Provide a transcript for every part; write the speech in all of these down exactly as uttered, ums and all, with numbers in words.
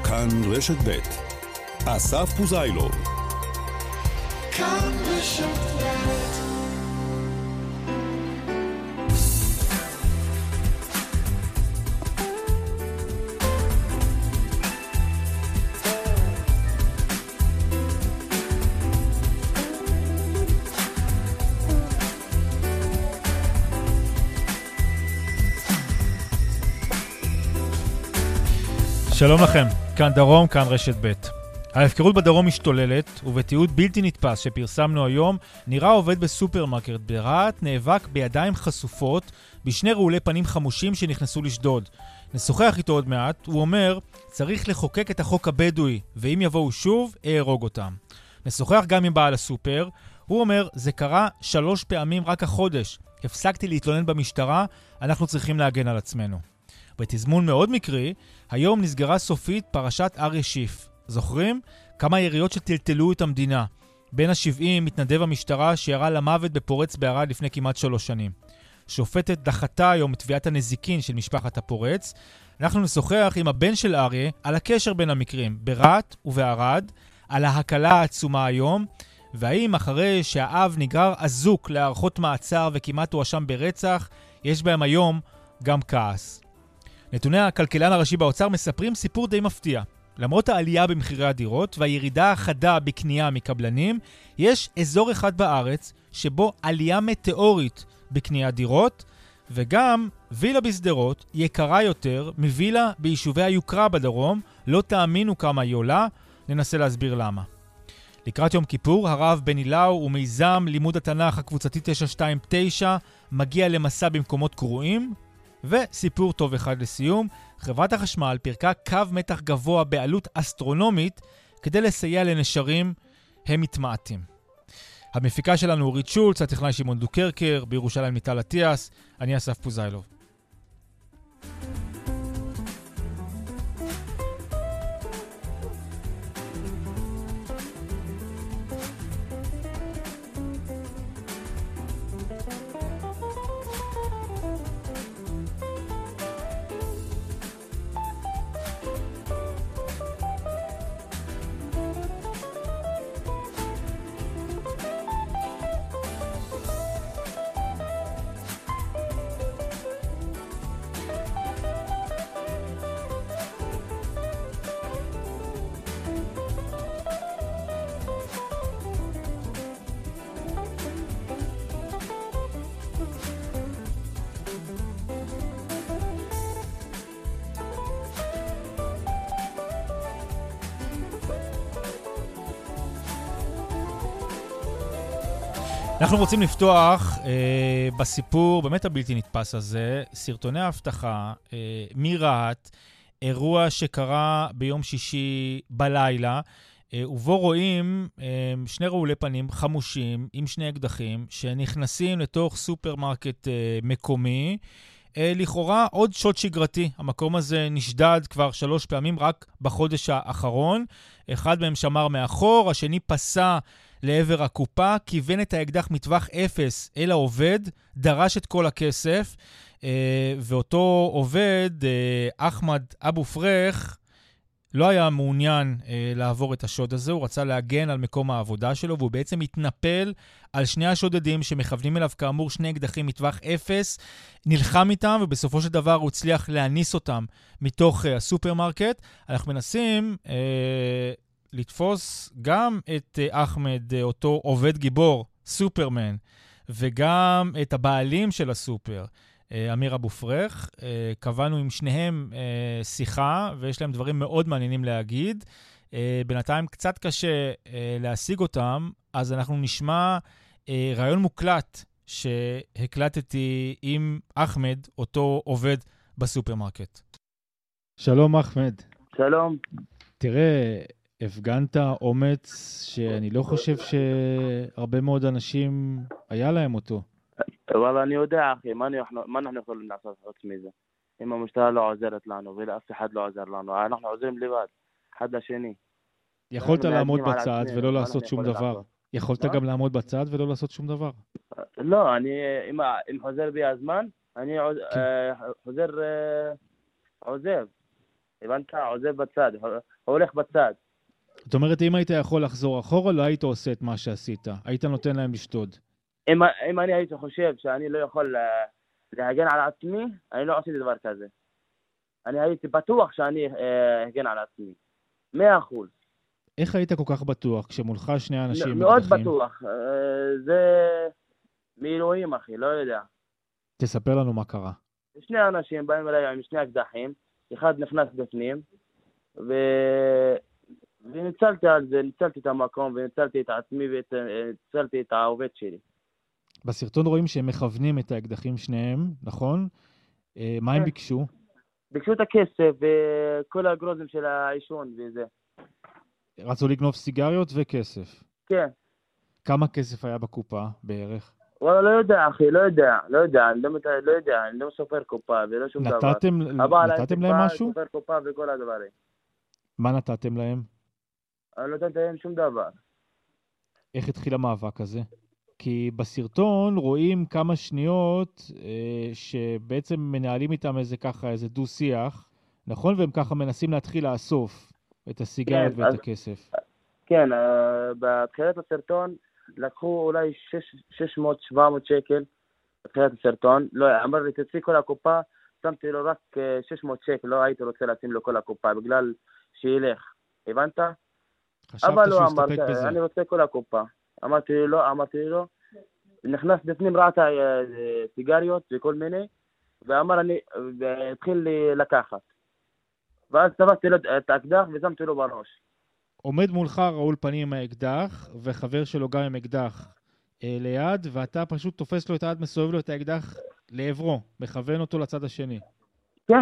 כאן רשת ב' אסף פוזיילוב. כאן רשת ב'. שלום לכם, כאן דרום, כאן רשת ב'. ההפקרות בדרום משתוללת, ובתיעוד בלתי נתפס שפרסמנו היום, נראה עובד בסופרמרקט ברהט נאבק בידיים חשופות בשני רעולי פנים חמושים שנכנסו לשדוד. נשוחח איתו עוד מעט, הוא אומר, צריך לחוקק את החוק הבדואי, ואם יבואו שוב, אהרוג אותם. נשוחח גם עם בעל הסופר, הוא אומר, זה קרה שלוש פעמים רק החודש. הפסקתי להתלונן במשטרה, אנחנו צריכים להגן על עצמנו. בתזמון מאוד מקרי, היום נסגרה סופית פרשת אריה שיף. זוכרים? כמה יריות שטלטלו את המדינה. בין ה-שבעים מתנדב המשטרה שירה למוות בפורץ בערד לפני כמעט שלוש שנים. שופטת דחתה היום את תביעת הנזיקין של משפחת הפורץ. אנחנו נשוחח עם הבן של אריה על הקשר בין המקרים, ברהט ובערד, על ההקלה העצומה היום, והאם אחרי שהאב נגרר אזוק להערכות מעצר וכמעט הואשם ברצח, יש בהם היום גם כעס. נתוני הכלכלן הראשי באוצר מספרים סיפור די מפתיע. למרות העלייה במחירי הדירות והירידה החדה בקנייה מקבלנים, יש אזור אחד בארץ שבו עלייה מטאורית בקניית דירות, וגם וילה בשדרות יקרה יותר מווילה ביישובי היוקרה בדרום. לא תאמינו כמה היא עולה, ננסה להסביר למה. לקראת יום כיפור, הרב בן אילאו ומיזם לימוד התנ"ך הקבוצתי תשע שתיים תשע מגיע למסע במקומות קרועים, וסיפור טוב אחד לסיום, חברת החשמל פירקה קו מתח גבוה בעלות אסטרונומית כדי לסייע לנשרים, הם מתמעטים. המפיקה שלנו אורית שולץ, הטכנאי שמעון דוקרקר, בירושלים ניטל אטיאס, אני אסף פוזיילוב. אנחנו רוצים לפתוח אה, בסיפור באמת הבלתי נתפס הזה, סרטוני ההבטחה אה, מרהט, אירוע שקרה ביום שישי בלילה, אה, ובו רואים אה, שני רעולי פנים חמושים עם שני אקדחים שנכנסים לתוך סופרמרקט אה, מקומי, אה, לכאורה עוד שוד שגרתי. המקום הזה נשדד כבר שלוש פעמים רק בחודש האחרון, אחד מהם שמר מאחור, השני פסע לעבר הקופה, כיוון את האקדח מטווח אפס אל העובד, דרש את כל הכסף, ואותו עובד, אחמד אבו פרח, לא היה מעוניין לעבור את השוד הזה, הוא רצה להגן על מקום העבודה שלו, והוא בעצם התנפל על שני השודדים שמכוונים אליו כאמור שני אקדחים מטווח אפס, נלחם איתם, ובסופו של דבר הוא הצליח להניס אותם מתוך הסופרמרקט. אנחנו מנסים אה, לתפוס גם את אחמד, אותו עובד גיבור, סופרמן, וגם את הבעלים של הסופר, אמיר אבו פרח. קבענו עם שניהם שיחה, ויש להם דברים מאוד מעניינים להגיד. בינתיים קצת קשה להשיג אותם, אז אנחנו נשמע רעיון מוקלט שהקלטתי עם אחמד, אותו עובד בסופרמרקט. שלום אחמד. שלום. תראה, הפגנת אומץ שאני לא חושב שהרבה מאוד אנשים היה להם אותו. אבל אני יודע, אחי, מה אנחנו, מה אנחנו יכולים לעשות חוץ מזה? אם המשטרה לא עוזרת לנו, ואף אחד לא עוזר לנו, אנחנו עוזרים לבד, אחד לשני. יכולת לעמוד בצד ולא לעשות שום דבר. יכולת גם לעמוד בצד ולא לעשות שום דבר. לא, אני, אם חוזר בי הזמן, אני חוזר, עוזב. הבנת? עוזב בצד, הולך בצד. זאת אומרת, אם היית יכול לחזור אחורה, לא היית עושה את מה שעשית. היית נותן להם לשתות. אם, אם אני הייתי חושב שאני לא יכול להגן על עצמי, אני לא עשיתי דבר כזה. אני הייתי בטוח שאני אה, הגן על עצמי. מאה אחוז. איך היית כל כך בטוח כשמולך שני אנשים עם מאוד אקדחים? בטוח. אה, זה מאלוהים, אחי, לא יודע. תספר לנו מה קרה. שני אנשים באים אליי עם שני אקדחים, אחד נכנס בפנים, ו... וניצלתי על זה, ניצלתי את המקום, וניצלתי את עצמי, וניצלתי את העובד שלי. בסרטון רואים שהם מכוונים את האקדחים שניהם, נכון? אה, מה הם ביקשו? ביקשו את הכסף וכל הגרוזים של העישון וזה. רצו לגנוב סיגריות וכסף. כן. כמה כסף היה בקופה בערך? וואלה, לא יודע, אחי, לא יודע, לא יודע, אני לא, לא יודע, אני לא סופר קופה ולא שום דבר. נתתם, נתתם להם משהו? סופר קופה וכל הדברים. מה נתתם להם? אני לא נתתי להם שום דבר. איך התחיל המאבק הזה? כי בסרטון רואים כמה שניות אה, שבעצם מנהלים איתם איזה ככה, איזה דו-שיח, נכון? והם ככה מנסים להתחיל לאסוף את הסיגריות כן, ואת אז, הכסף. כן, אה, בתחילת הסרטון לקחו אולי שש מאות שבע מאות שקל בתחילת הסרטון. לא, אמר לי, תציא כל הקופה, שמתי לו רק שש מאות שקל, לא הייתי רוצה לשים לו כל הקופה, בגלל שילך. הבנת? חשבת שהוא הסתפק בזה. אני רוצה כל הקופה. אמרתי לי לא, אמרתי לי לא. נכנס בפנים, ראה את הסיגריות וכל מיני, ואמר אני, והתחיל לי לקחת. ואז צבעתי לו את האקדח ושמתי לו בראש. עומד מולך רעול פנים עם האקדח, וחבר שלו גם עם אקדח אה, ליד, ואתה פשוט תופס לו את היד, מסובב לו את האקדח לעברו, מכוון אותו לצד השני. כן.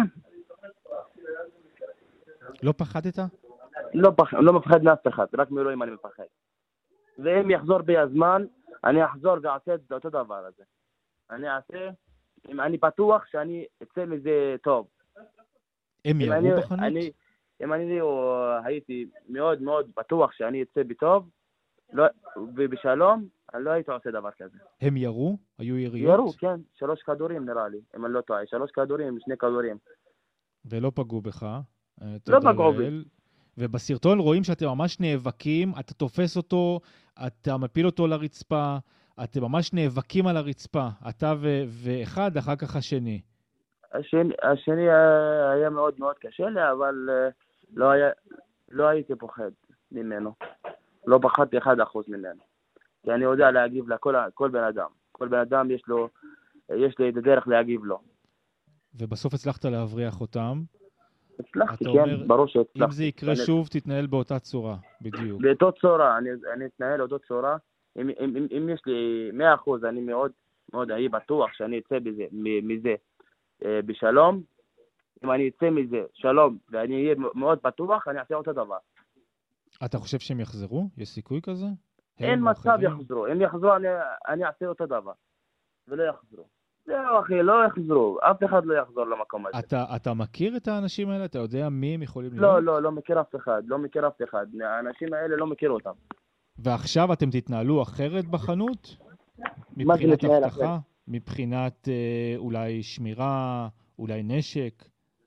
לא פחדת? לא, פח... לא מפחד מאף אחד, רק מאלוהים אני מפחד. ואם יחזור בי הזמן, אני אחזור ואעשה את אותו דבר הזה. אני אעשה, אם אני בטוח שאני אצא מזה טוב. הם ירו בחנות? אני, אם אני הייתי מאוד מאוד בטוח שאני אצא בטוב, לא, ובשלום, אני לא הייתי עושה דבר כזה. הם ירו? היו יריות? ירו, כן. שלוש כדורים נראה לי, אם אני לא טועה. שלוש כדורים, שני כדורים. ולא פגעו בך? לא פגעו בי. ובסרטון רואים שאתם ממש נאבקים, אתה תופס אותו, אתה מפיל אותו לרצפה, אתם ממש נאבקים על הרצפה, אתה ו- ואחד, אחר כך השני. השני, השני היה מאוד מאוד קשה לי, אבל לא, היה, לא הייתי פוחד ממנו. לא פחדתי אחד אחוז ממנו. כי אני יודע להגיב לכל כל בן אדם. כל בן אדם יש לו, יש לי את הדרך להגיב לו. ובסוף הצלחת להבריח אותם. הצלחתי, כן, ברור שהצלחתי. אם זה יקרה שוב, תתנהל באותה צורה, בדיוק. באותה צורה, אני, אני אתנהל באותה צורה. אם, אם, אם, אם יש לי מאה אחוז, אני מאוד, מאוד אהיה בטוח שאני אצא בזה, מזה אה, בשלום. אם אני אצא מזה שלום, ואני אהיה מאוד בטוח, אני אעשה אותו דבר. אתה חושב שהם יחזרו? יש סיכוי כזה? אין מצב יחזרו. אם יחזרו, אני, אני אעשה אותו דבר. ולא יחזרו. זהו אחי, לא יחזרו, אף אחד לא יחזור למקום הזה. אתה, אתה מכיר את האנשים האלה? אתה יודע מי הם יכולים להיות? לא, לא, לא מכיר אף אחד, לא מכיר אף אחד. האנשים האלה לא מכיר אותם. ועכשיו אתם תתנהלו אחרת בחנות? מבחינת הבטחה? מבחינת אה, אולי שמירה, אולי נשק?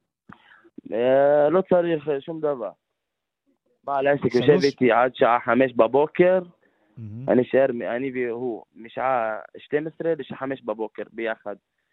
אה, לא צריך שום דבר. בעל העסק יושב איתי עד שעה חמש בבוקר, אני אשאר, אני והוא, משעה שתים עשרה לשעה חמש בבוקר ביחד.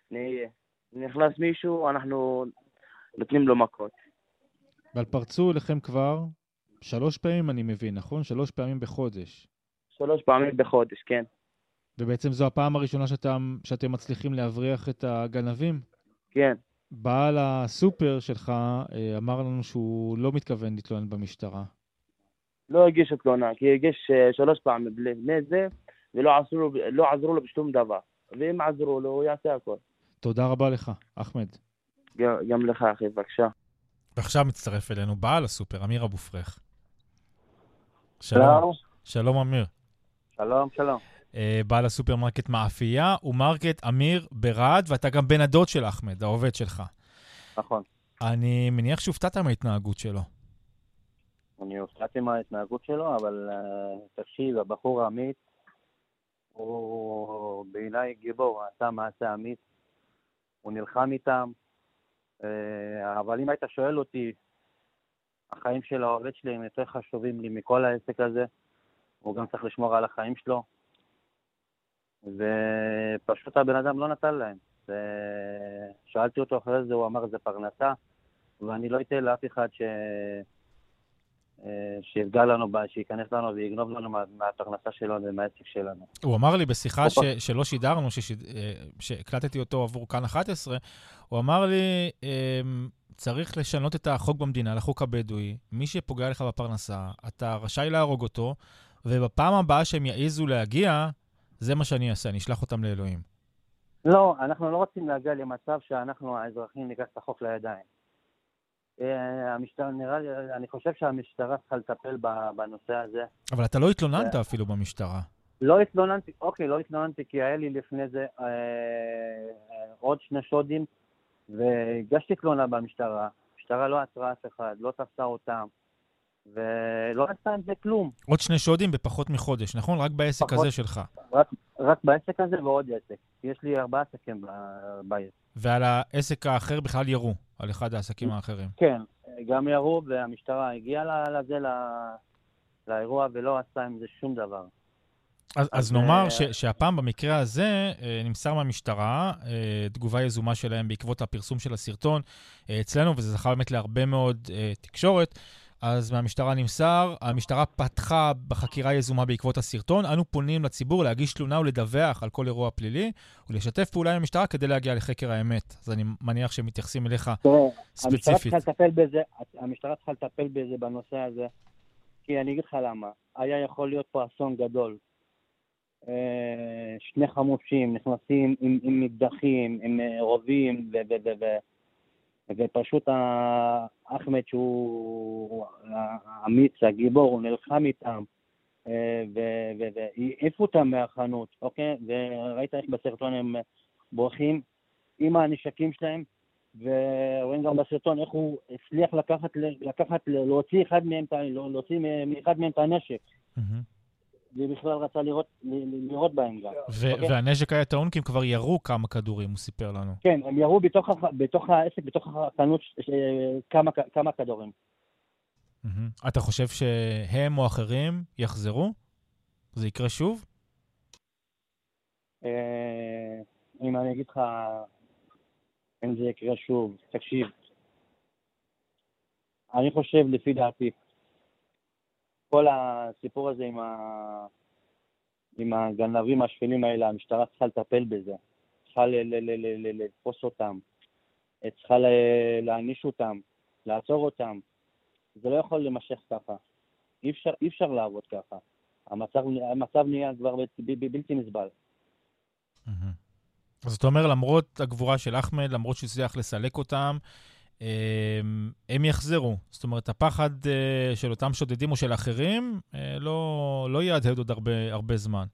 נכנס מישהו, אנחנו נותנים לו מכות. אבל פרצו לכם כבר שלוש פעמים, אני מבין, נכון? שלוש פעמים בחודש. שלוש פעמים בחודש, כן. ובעצם זו הפעם הראשונה שאתם, שאתם מצליחים להבריח את הגנבים? כן. בעל הסופר שלך אמר לנו שהוא לא מתכוון להתלונן במשטרה. לא הגיש תלונה, כי הגיש שלוש פעמים לפני זה, ולא עזרו, לא עזרו לו בשום דבר. ואם עזרו לו, הוא יעשה הכל. תודה רבה לך, אחמד. גם לך, אחי, בבקשה. ועכשיו מצטרף אלינו בעל הסופר, אמיר אבו פרח. שלום. שלום, אמיר. שלום, שלום. בעל הסופרמרקט מאפייה ומרקט אמיר ברעד, ואתה גם בן הדוד של אחמד, העובד שלך. נכון. אני מניח שהופתעת מההתנהגות שלו. אני הופתעתי מההתנהגות שלו, אבל uh, תקשיב, הבחור עמית, הוא בעיניי גיבור, הוא עשה מעשה עמית, הוא נלחם איתם, uh, אבל אם היית שואל אותי החיים של העובד שלי הם יותר חשובים לי מכל העסק הזה. הוא גם צריך לשמור על החיים שלו. ופשוט הבן אדם לא נתן להם. שאלתי אותו אחרי זה, הוא אמר זה פרנסה, ואני לא אתן לאף אחד ש... שיפגע לנו, שיכנס לנו ויגנוב לנו מהפרנסה שלנו ומהעסק שלנו. הוא אמר לי בשיחה ש... שלא שידרנו, שהקלטתי אותו עבור כאן אחת עשרה, הוא אמר לי, צריך לשנות את החוק במדינה, לחוק הבדואי, מי שפוגע לך בפרנסה, אתה רשאי להרוג אותו, ובפעם הבאה שהם יעיזו להגיע, זה מה שאני אעשה, אני אשלח אותם לאלוהים. לא, אנחנו לא רוצים להגיע למצב שאנחנו האזרחים ניקח את החוק לידיים. המשטרה, נראה לי, אני חושב שהמשטרה צריכה לטפל בנושא הזה. אבל אתה לא התלוננת אפילו במשטרה. לא התלוננתי, אוקיי, לא התלוננתי, כי היה לי לפני זה עוד שני שודים, והגשתי תלונה במשטרה. המשטרה לא עצרה אף אחד, לא תפסה אותם, ולא עשתה עם זה כלום. עוד שני שודים בפחות מחודש, נכון? רק בעסק הזה שלך. רק, רק בעסק הזה ועוד עסק. יש לי ארבעה עסקים בעסק. ועל העסק האחר בכלל ירו, על אחד העסקים האחרים. כן, גם ירו, והמשטרה הגיעה לזה, לאירוע, ולא עשתה עם זה שום דבר. אז, אז נאמר ש, שהפעם במקרה הזה נמסר מהמשטרה תגובה יזומה שלהם בעקבות הפרסום של הסרטון אצלנו, וזה זכה באמת להרבה מאוד תקשורת. אז מהמשטרה נמסר, המשטרה פתחה בחקירה יזומה בעקבות הסרטון, אנו פונים לציבור להגיש תלונה ולדווח על כל אירוע פלילי, ולשתף פעולה עם המשטרה כדי להגיע לחקר האמת. אז אני מניח שהם מתייחסים אליך ספציפית. המשטרה צריכה לטפל בזה, המשטרה צריכה לטפל בזה בנושא הזה, כי אני אגיד לך למה, היה יכול להיות פה אסון גדול. שני חמושים נכנסים עם, עם מקדחים, עם רובים, ו... ו, ו, ו ופשוט אחמד שהוא האמיץ, הגיבור, הוא נלחם איתם והעיפו אותם מהחנות, אוקיי? וראית איך בסרטון הם בורחים עם הנשקים שלהם, ורואים גם בסרטון איך הוא הצליח לקחת, לקחת להוציא אחד מהם, להוציא מאחד מהם את הנשק. ובכלל רצה לראות, לראות בהם גם. ו- והנשק היה טעון כי הם כבר ירו כמה כדורים, הוא סיפר לנו. כן, הם ירו בתוך, בתוך העסק, בתוך החנות, כמה, כמה כדורים. אתה חושב שהם או אחרים יחזרו? זה יקרה שוב? אם אני אגיד לך, אם זה יקרה שוב, תקשיב. אני חושב לפי דעתי, כל הסיפור הזה עם, ה... עם הגנבים השפלים האלה, המשטרה צריכה לטפל בזה. צריכה לתפוס אותם. צריכה להעניש אותם. לעצור אותם. זה לא יכול להימשך ככה. אי אפשר, אי אפשר לעבוד ככה. המצב, המצב נהיה כבר בלתי נסבל. אז זאת אומרת, למרות הגבורה של אחמד, למרות שהוא הצליח לסלק אותם, הם יחזרו. זאת אומרת, הפחד של אותם שודדים או של אחרים לא, לא יעדהד עוד הרבה, הרבה זמן.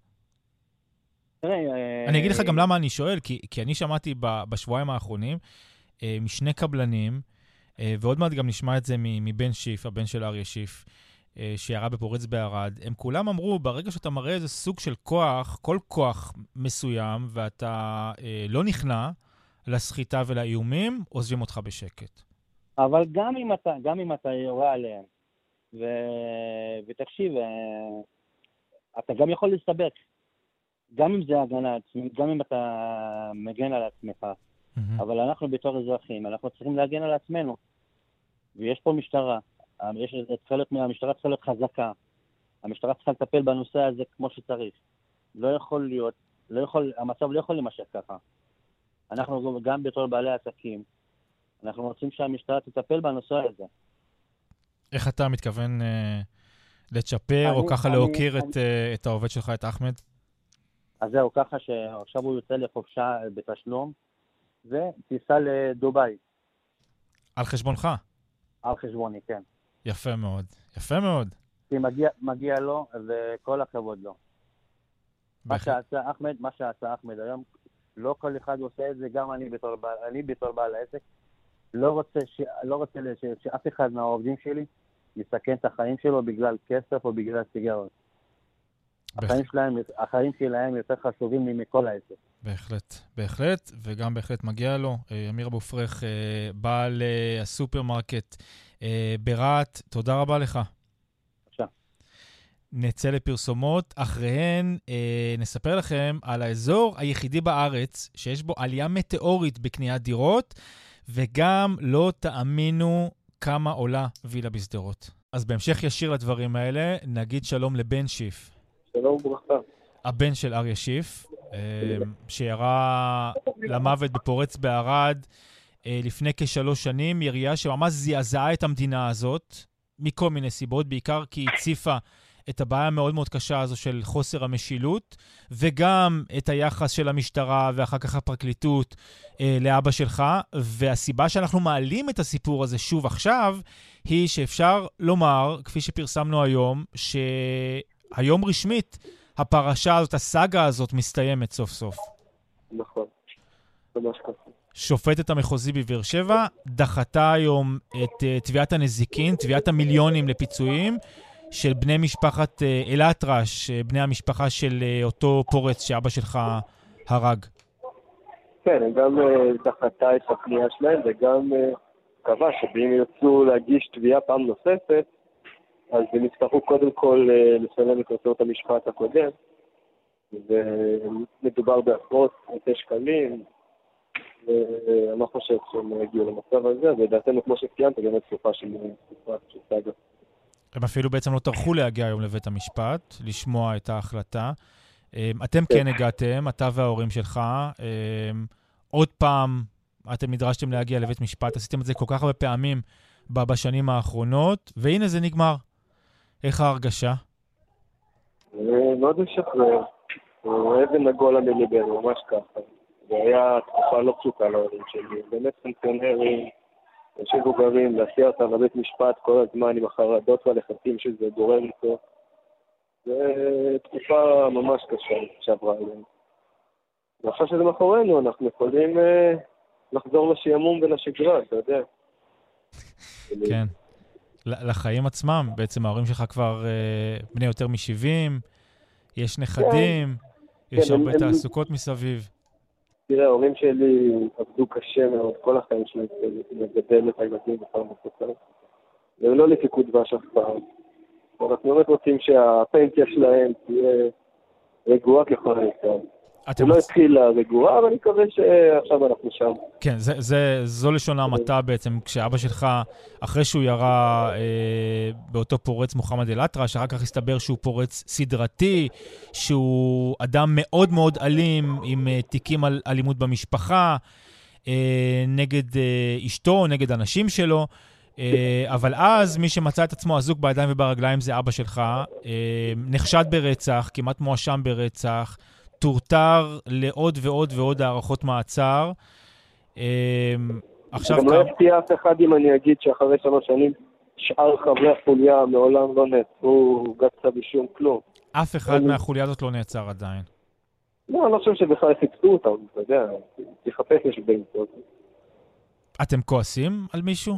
אני אגיד לך גם למה אני שואל, כי, כי אני שמעתי בשבועיים האחרונים משני קבלנים, ועוד מעט גם נשמע את זה מבן שיף, הבן של אריה שיף, שירה בפורץ בערד. הם כולם אמרו, ברגע שאתה מראה איזה סוג של כוח, כל כוח מסוים, ואתה לא נכנע, לסחיטה ולאיומים, עוזבים אותך בשקט. אבל גם אם אתה, גם אם אתה יורה עליהם, ו... ותקשיב, אתה גם יכול להסתבק. גם אם זה הגנה עצמית, גם אם אתה מגן על עצמך. Mm-hmm. אבל אנחנו בתור אזרחים, אנחנו צריכים להגן על עצמנו. ויש פה משטרה. יש, להיות, המשטרה צריכה להיות חזקה. המשטרה צריכה לטפל בנושא הזה כמו שצריך. לא יכול להיות, לא יכול, המצב לא יכול להימשך ככה. אנחנו גם בתור בעלי עסקים, אנחנו רוצים שהמשטרה תטפל בנושא הזה. איך אתה מתכוון אה, לצ'פר אני, או ככה אני, להוקיר אני, את, אה, את העובד שלך, את אחמד? אז זהו, ככה שעכשיו הוא יוצא לחופשה בתשלום, וטיסה לדוביי. על חשבונך? על חשבוני, כן. יפה מאוד, יפה מאוד. כי מגיע, מגיע לו, וכל הכבוד לו. מה שעשה אחמד, מה שעשה אחמד היום, לא כל אחד עושה את זה, גם אני בתור בעל, אני בתור בעל העסק, לא רוצה, ש, לא רוצה ש, שאף אחד מהעובדים שלי יסכן את החיים שלו בגלל כסף או בגלל סיגרות. החיים שלהם, החיים שלהם יותר חשובים מכל העסק. בהחלט, בהחלט, וגם בהחלט מגיע לו. אמיר אבו פרח, בעל הסופרמרקט ברעת, תודה רבה לך. בבקשה. נצא לפרסומות, אחריהן אה, נספר לכם על האזור היחידי בארץ שיש בו עלייה מטאורית בקניית דירות, וגם לא תאמינו כמה עולה וילה בשדרות. אז בהמשך ישיר לדברים האלה, נגיד שלום לבן שיף. שלום וברכה. הבן של אריה שיף, שירה למוות בפורץ בערד לפני כשלוש שנים, ירייה שממש זעזעה את המדינה הזאת, מכל מיני סיבות, בעיקר כי היא הציפה את הבעיה המאוד מאוד קשה הזו של חוסר המשילות, וגם את היחס של המשטרה ואחר כך הפרקליטות אה, לאבא שלך, והסיבה שאנחנו מעלים את הסיפור הזה שוב עכשיו, היא שאפשר לומר, כפי שפרסמנו היום, שהיום רשמית הפרשה הזאת, הסאגה הזאת מסתיימת סוף סוף. נכון, ממש ככה. שופטת המחוזי בבאר שבע דחתה היום את uh, תביעת הנזיקין, תביעת המיליונים לפיצויים, של בני משפחת אלאטרש, בני המשפחה של אותו פורץ שאבא שלך הרג. כן, גם דחתה את הפנייה שלהם, וגם קבע שאם ירצו להגיש תביעה פעם נוספת, אז הם יצטרכו קודם כל לסיים את הוצאות המשפט הקודם, ומדובר בעשרות אלפי שקלים, ואני לא חושב שהם הגיעו למצב הזה, ודעתנו כמו שציינת, גם את סופה של סאגה. הם אפילו בעצם לא טרחו להגיע היום לבית המשפט, לשמוע את ההחלטה. אתם כן הגעתם, אתה וההורים שלך. עוד פעם, אתם נדרשתם להגיע לבית משפט, עשיתם את זה כל כך הרבה פעמים בשנים האחרונות, והנה זה נגמר. איך ההרגשה? מאוד משחרר. אבן נגולה מליבנו, ממש ככה. זה היה תקופה לא פשוטה להורים שלי. באמת פונקציונרים, אנשים מבוגרים, להסיע אותם לבית משפט כל הזמן עם החרדות והלחצים שזה גורם איתו. זו תקופה ממש קשה שעברה אלינו. ועכשיו שזה מאחורינו, אנחנו יכולים אה, לחזור לשעמום ולשגרה, אתה יודע. כן. לחיים עצמם, בעצם ההורים שלך כבר אה, בני יותר מ-שבעים, יש נכדים, כן. יש כן, הרבה הם, תעסוקות הם... מסביב. תראה, ההורים שלי עבדו קשה מאוד, כל החיים שלי לגדל את הילדים בפעם נוספת. והם לא לפיקוד דבש אף פעם. אנחנו באמת רוצים שהפנסיה שלהם תהיה רגועה ככל היותר. הוא לא התחיל רגועה, אבל אני מקווה שעכשיו אנחנו שם. כן, זה, זה, זו לשון המעטה בעצם, כשאבא שלך, אחרי שהוא ירה אה, באותו פורץ מוחמד אלאטרש, אחר כך הסתבר שהוא פורץ סדרתי, שהוא אדם מאוד מאוד אלים, עם אה, תיקים על אלימות במשפחה, אה, נגד אה, אשתו, נגד אנשים שלו, אה, אבל אז מי שמצא את עצמו אזוק בידיים וברגליים זה אבא שלך, אה, נחשד ברצח, כמעט מואשם ברצח, טורטר לעוד ועוד ועוד הערכות מעצר. עכשיו גם לא יפתיע אף אחד אם אני אגיד שאחרי שלוש שנים שאר חברי החוליה מעולם לא נעצרו גצה בשום כלום. אף אחד מהחוליה הזאת לא נעצר עדיין. לא, אני לא חושב שבכלל חיפשו אותם, אתה יודע, תחפש משהו באמצעות. אתם כועסים על מישהו?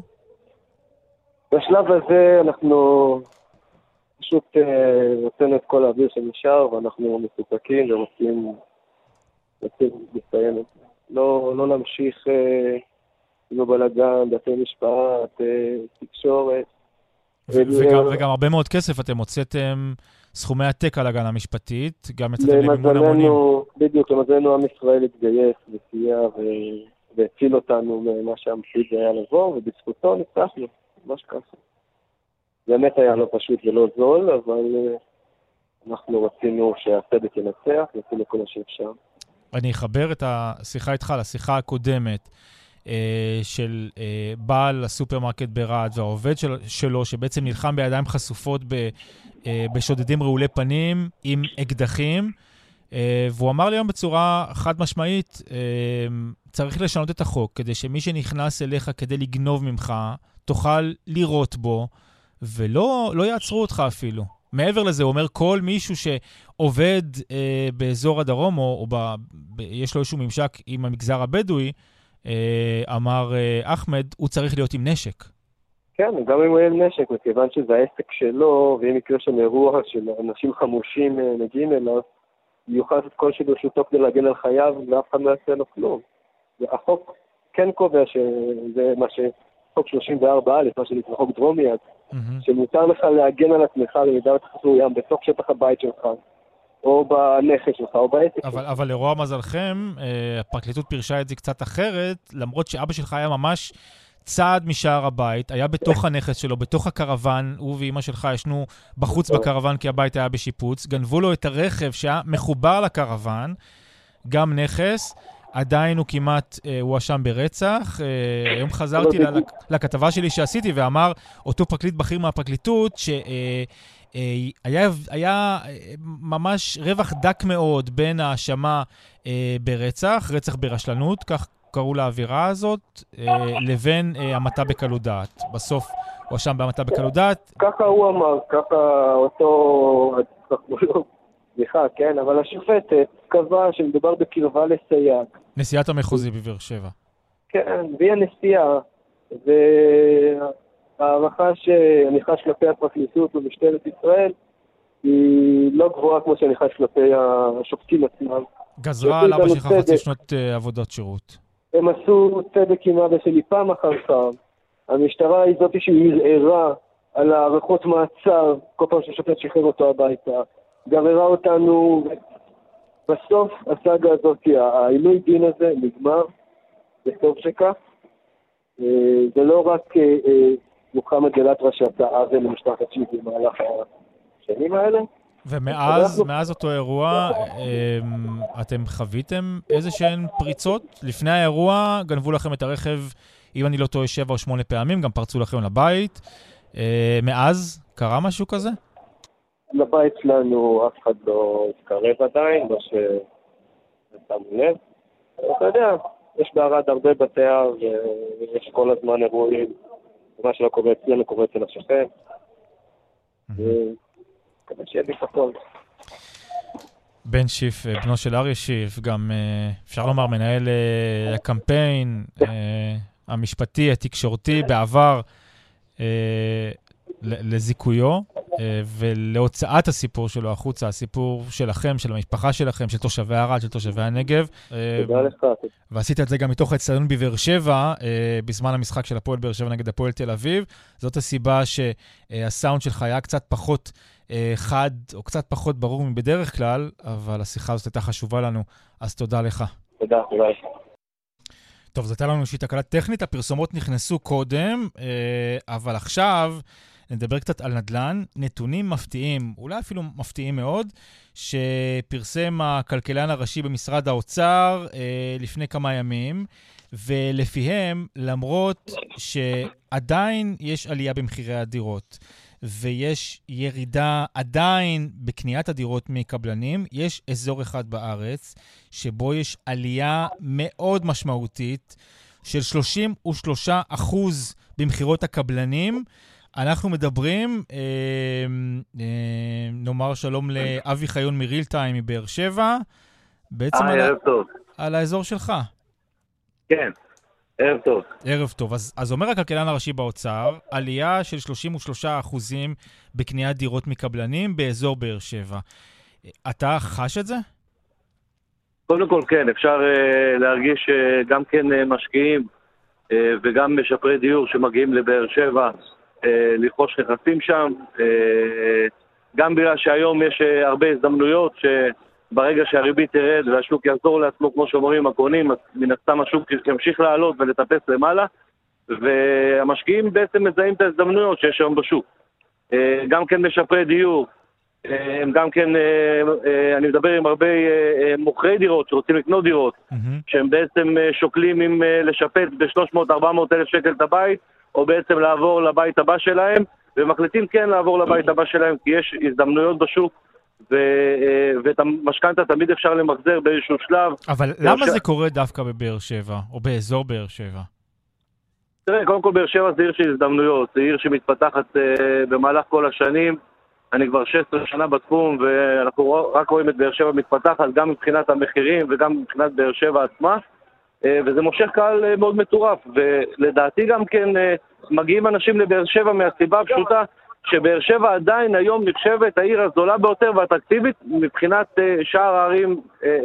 בשלב הזה אנחנו פשוט רוצים את כל האוויר שנשאר, ואנחנו מסופקים ורוצים לסיים את זה. לא, לא להמשיך עם הבלגן, בתי משפט, תקשורת. וגם, וגם הרבה מאוד כסף אתם הוצאתם סכומי עתק על הגנה המשפטית, גם יצאתם למימון המונים. בדיוק, למזלנו עם ישראל התגייס וסייע והציל אותנו ממה שהמציד היה לבוא, ובזכותו ניצחנו, ממש ככה. באמת היה לא פשוט ולא זול, אבל אנחנו רצינו שהצדק ינצח, ועשינו כל מה שאפשר. אני אחבר את השיחה איתך לשיחה הקודמת אה, של אה, בעל הסופרמרקט ברעד והעובד של, שלו, שבעצם נלחם בידיים חשופות ב, אה, בשודדים רעולי פנים עם אקדחים, אה, והוא אמר לי היום בצורה חד משמעית, אה, צריך לשנות את החוק, כדי שמי שנכנס אליך כדי לגנוב ממך, תוכל לראות בו, ולא לא יעצרו אותך אפילו. מעבר לזה, הוא אומר, כל מישהו שעובד אה, באזור הדרום, או, או ב, ב, יש לו איזשהו ממשק עם המגזר הבדואי, אה, אמר אה, אחמד, הוא צריך להיות עם נשק. כן, גם אם הוא יהיה עם נשק, מכיוון שזה העסק שלו, ואם יקרה שם אירוע של אנשים חמושים אה, מגיעים אליו, יוכל את כל שברשותו כדי להגן על חייו, ואף אחד לא יעשה לו כלום. והחוק כן קובע שזה מה חוק שלושים וארבע א', מה שנקרא חוק דרומי, שמותר לך להגן על עצמך במידה ותחזויים בתוך שטח הבית שלך, או בנכס שלך, או בעסק שלך. אבל, אבל לרוע מזלכם, הפרקליטות פירשה את זה קצת אחרת, למרות שאבא שלך היה ממש צעד משער הבית, היה בתוך הנכס שלו, בתוך הקרוון, הוא ואמא שלך ישנו בחוץ בקרוון כי הבית היה בשיפוץ, גנבו לו את הרכב שהיה מחובר לקרוון, גם נכס, עדיין הוא כמעט, אה, הוא אשם ברצח. אה, היום חזרתי ל- לכתבה שלי שעשיתי ואמר אותו פרקליט בכיר מהפרקליטות שהיה אה, היה ממש רווח דק מאוד בין האשמה אה, ברצח, רצח ברשלנות, כך קראו לאווירה הזאת, אה, לבין אה, המתה בקלות דעת. בסוף הוא אשם בהמתה בקלות דעת. ככה הוא אמר, ככה אותו... סליחה, כן, אבל השופטת קבע שמדובר בקרבה לסייג. נשיאת המחוזי בבאר שבע. כן, והיא הנשיאה, והערכה שאני חש כלפי הפרקליטות ומשטרת ישראל היא לא גבוהה כמו שאני חש כלפי השופטים עצמם. גזרה על אבא שלך חצי שנות עבודת שירות. הם עשו צדק עם אבא שלי פעם אחר פעם. המשטרה היא זאת שהרערה על הערכות מעצר כל פעם ששופט שחרר אותו הביתה. גררה אותנו, בסוף הסאגה הזאת, העינוי דין הזה נגמר, בסוף שכך. זה לא רק מוחמד אלאטרש שעשה עוול למשפחת שיבי במהלך השנים האלה. ומאז מאז אותו אירוע, אתם חוויתם איזה שהן פריצות? לפני האירוע גנבו לכם את הרכב, אם אני לא טועה, שבע או שמונה פעמים, גם פרצו לכם לבית. מאז קרה משהו כזה? לבית שלנו אף אחד לא התקרב עדיין, לא ששמו לב. אתה יודע, יש בערד הרבה בתי אב, ויש כל הזמן אירועים, ומה שלא קורה אצלנו קורה אצל השכן. כדי שיהיה ביטחון. בן שיף, בנו של אריה שיף, גם אפשר לומר מנהל הקמפיין המשפטי, התקשורתי, בעבר לזיכויו ולהוצאת הסיפור שלו החוצה, הסיפור שלכם, של המשפחה שלכם, של תושבי ערד, של תושבי הנגב. תודה לך. ועשית את זה גם מתוך האצטדיון בבאר שבע, בזמן המשחק של הפועל באר שבע נגד הפועל תל אביב. זאת הסיבה שהסאונד שלך היה קצת פחות חד, או קצת פחות ברור מבדרך כלל, אבל השיחה הזאת הייתה חשובה לנו, אז תודה לך. תודה, תודה. טוב, זאת הייתה לנו איזושהי תקלה טכנית, הפרסומות נכנסו קודם, אבל עכשיו נדבר קצת על נדל"ן, נתונים מפתיעים, אולי אפילו מפתיעים מאוד, שפרסם הכלכלן הראשי במשרד האוצר לפני כמה ימים, ולפיהם, למרות שעדיין יש עלייה במחירי הדירות, ויש ירידה עדיין בקניית הדירות מקבלנים, יש אזור אחד בארץ שבו יש עלייה מאוד משמעותית של שלושים ושלושה אחוז במחירות הקבלנים. אנחנו מדברים, אה, אה, נאמר שלום לאבי חיון מריל טיים מבאר שבע, בעצם על, ערב טוב. על האזור שלך. כן. ערב טוב. ערב טוב. אז, אז אומר הכלכלן הראשי באוצר, עלייה של שלושים ושלושה אחוזים בקניית דירות מקבלנים באזור באר שבע. אתה חש את זה? קודם כל כן, אפשר uh, להרגיש uh, גם כן uh, משקיעים uh, וגם משפרי דיור שמגיעים לבאר שבע uh, לרכוש נכסים שם. Uh, גם בגלל שהיום יש uh, הרבה הזדמנויות ש... ברגע שהריבית תרד והשוק יחזור לעצמו, כמו שאומרים הקונים, אז מן הסתם השוק ימשיך לעלות ולטפס למעלה, והמשקיעים בעצם מזהים את ההזדמנויות שיש היום בשוק. גם כן משפרי דיור, גם כן, אני מדבר עם הרבה מוכרי דירות שרוצים לקנות דירות, שהם בעצם שוקלים אם לשפץ ב-שלוש מאות עד ארבע מאות אלף שקל את הבית, או בעצם לעבור לבית הבא שלהם, ומחליטים כן לעבור לבית הבא שלהם, כי יש הזדמנויות בשוק, ואת המשכנתא תמיד אפשר למחזר באיזשהו שלב. אבל למה זה קורה דווקא בבאר שבע, או באזור באר שבע? תראה, קודם כל באר שבע זה עיר של הזדמנויות, זה עיר שמתפתחת במהלך כל השנים. אני כבר שש עשרה שנה בתחום, ואנחנו רק רואים את באר שבע מתפתחת, גם מבחינת המחירים וגם מבחינת באר שבע עצמה, וזה מושך קהל מאוד מטורף, ולדעתי גם כן מגיעים אנשים לבאר שבע מהסיבה הפשוטה, שבאר שבע עדיין היום נחשבת העיר הזולה ביותר והאטרקטיבית מבחינת שאר הערים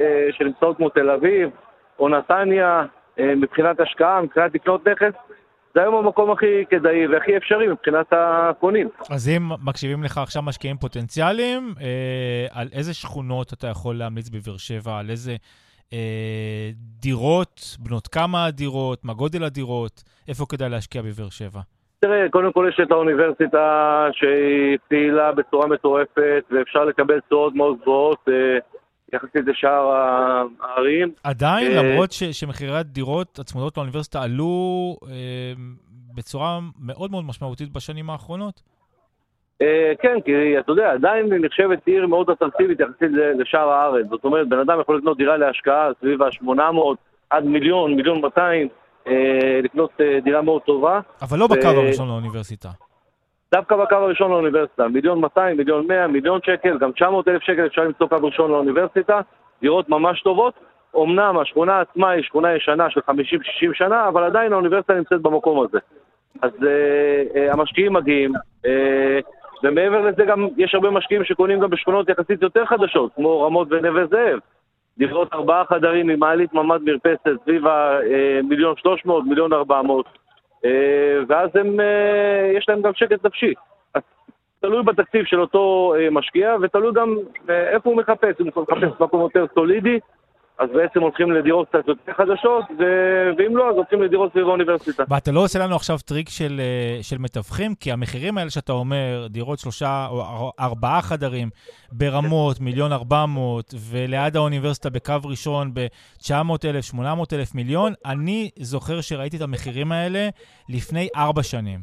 שנמצאות כמו תל אביב או נתניה, מבחינת השקעה, מבחינת לקנות נכס. זה היום המקום הכי כדאי והכי אפשרי מבחינת הקונים. אז אם מקשיבים לך עכשיו משקיעים פוטנציאליים, אה, על איזה שכונות אתה יכול להמליץ בבאר שבע, על איזה אה, דירות, בנות כמה הדירות, מה גודל הדירות, איפה כדאי להשקיע בבאר שבע? תראה, קודם כל יש את האוניברסיטה שהיא פעילה בצורה מטורפת, ואפשר לקבל תשואות מאוד גבוהות, אה, יחסית לשאר הערים. עדיין, למרות ש- שמחירי הדירות הצמודות לאוניברסיטה עלו אה, בצורה מאוד מאוד משמעותית בשנים האחרונות? אה, כן, כי אתה יודע, עדיין נחשבת עיר מאוד אטרקטיבית יחסית לשאר הארץ. זאת אומרת, בן אדם יכול לקנות דירה להשקעה סביב ה-שמונה מאות עד מיליון, מיליון מאתיים, אה, לקנות אה, דירה מאוד טובה. אבל לא בקו ו... הראשון לאוניברסיטה. דווקא בקו הראשון לאוניברסיטה, מיליון מאתיים, מיליון מאה, מיליון שקל, גם תשע מאות אלף שקל אפשר למצוא קו ראשון לאוניברסיטה, דירות ממש טובות. אמנם השכונה עצמה היא שכונה ישנה של חמישים שישים שנה, אבל עדיין האוניברסיטה נמצאת במקום הזה. אז אה, אה, המשקיעים מגיעים, אה, ומעבר לזה גם יש הרבה משקיעים שקונים גם בשכונות יחסית יותר חדשות, כמו רמות ונווה זאב. דירות ארבעה חדרים עם מעלית ממ"ד מרפסת, סביב המיליון שלוש מאות, מיליון ארבע מאות. ואז הם, יש להם גם שקט נפשי. אז תלוי בתקציב של אותו משקיע, ותלוי גם איפה הוא מחפש. אם הוא מחפש מקום יותר סולידי, אז בעצם הולכים לדירות קצת יותר חדשות, ו- ואם לא, אז הולכים לדירות סביב האוניברסיטה. ואתה לא עושה לנו עכשיו טריק של, של מתווכים, כי המחירים האלה שאתה אומר, דירות שלושה או ארבעה חדרים, ברמות, מיליון ארבע מאות, וליד האוניברסיטה בקו ראשון ב-תשע מאות אלף, שמונה מאות אלף מיליון, אני זוכר שראיתי את המחירים האלה לפני ארבע שנים.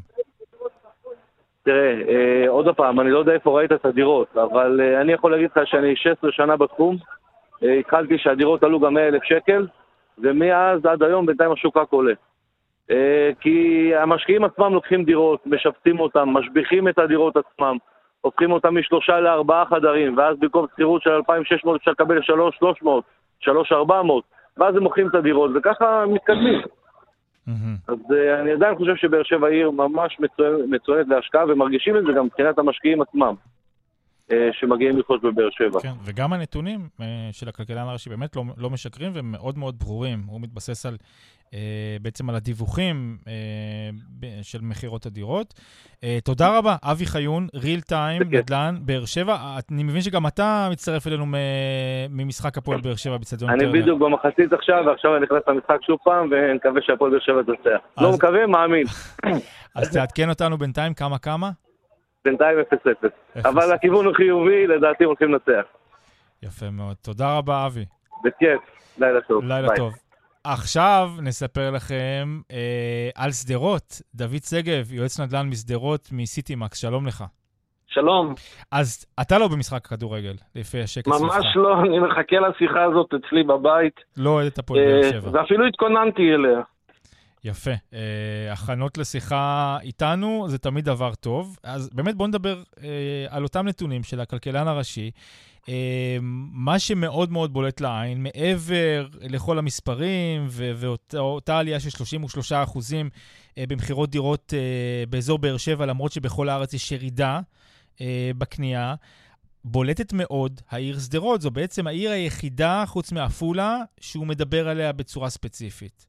תראה, אה, עוד הפעם, אני לא יודע איפה ראית את הדירות, אבל אה, אני יכול להגיד לך שאני שש עשרה שנה בתחום, התחלתי שהדירות עלו גם מאה אלף שקל, ומאז עד היום בינתיים השוק רק עולה. כי המשקיעים עצמם לוקחים דירות, משפצים אותם, משביחים את הדירות עצמם, הופכים אותם משלושה לארבעה חדרים, ואז במקום שכירות של אלפיים ושש מאות אפשר לקבל שלוש אלף שלוש מאות, שלוש אלף ארבע מאות, ואז הם מוכרים את הדירות, וככה מתקדמים. אז אני עדיין חושב שבאר שבע עיר ממש מצוינת להשקעה, ומרגישים את זה גם מבחינת המשקיעים עצמם. שמגיעים לרכוש בבאר שבע. כן, וגם הנתונים של הכלכלן הראשי באמת לא, לא משקרים והם מאוד מאוד ברורים. הוא מתבסס על, בעצם על הדיווחים של מחירות הדירות. תודה רבה, אבי חיון, ריל טיים, נדל"ן, באר שבע. אני מבין שגם אתה מצטרף אלינו ממשחק הפועל באר שבע בצדיון טרנר. אני בדיוק במחצית עכשיו, ועכשיו אני נכנס למשחק שוב פעם, ונקווה שהפועל באר שבע תנצח. לא מקווה, מאמין. אז תעדכן אותנו בינתיים כמה כמה? בינתיים אפס אפס. אבל הכיוון הוא חיובי, לדעתי הולכים לנצח. יפה מאוד. תודה רבה, אבי. בכיף. לילה טוב. לילה טוב. עכשיו נספר לכם אה, על סדרות. דוד סגב, יועץ נדל"ן מסדרות מסיטימקס. שלום לך. שלום. אז אתה לא במשחק כדורגל, לפי השקט סביבך. ממש לא, אני מחכה לשיחה הזאת אצלי בבית. לא אוהד את הפועל באר שבע. ואפילו התכוננתי אליה. יפה. אה, הכנות לשיחה איתנו זה תמיד דבר טוב. אז באמת בוא נדבר אה, על אותם נתונים של הכלכלן הראשי. אה, מה שמאוד מאוד בולט לעין, מעבר לכל המספרים ו- ואותה עלייה של שלושים ושלושה אחוזים אה, במחירות דירות אה, באזור באר שבע, למרות שבכל הארץ יש ירידה אה, בקנייה, בולטת מאוד העיר שדרות. זו בעצם העיר היחידה חוץ מעפולה שהוא מדבר עליה בצורה ספציפית.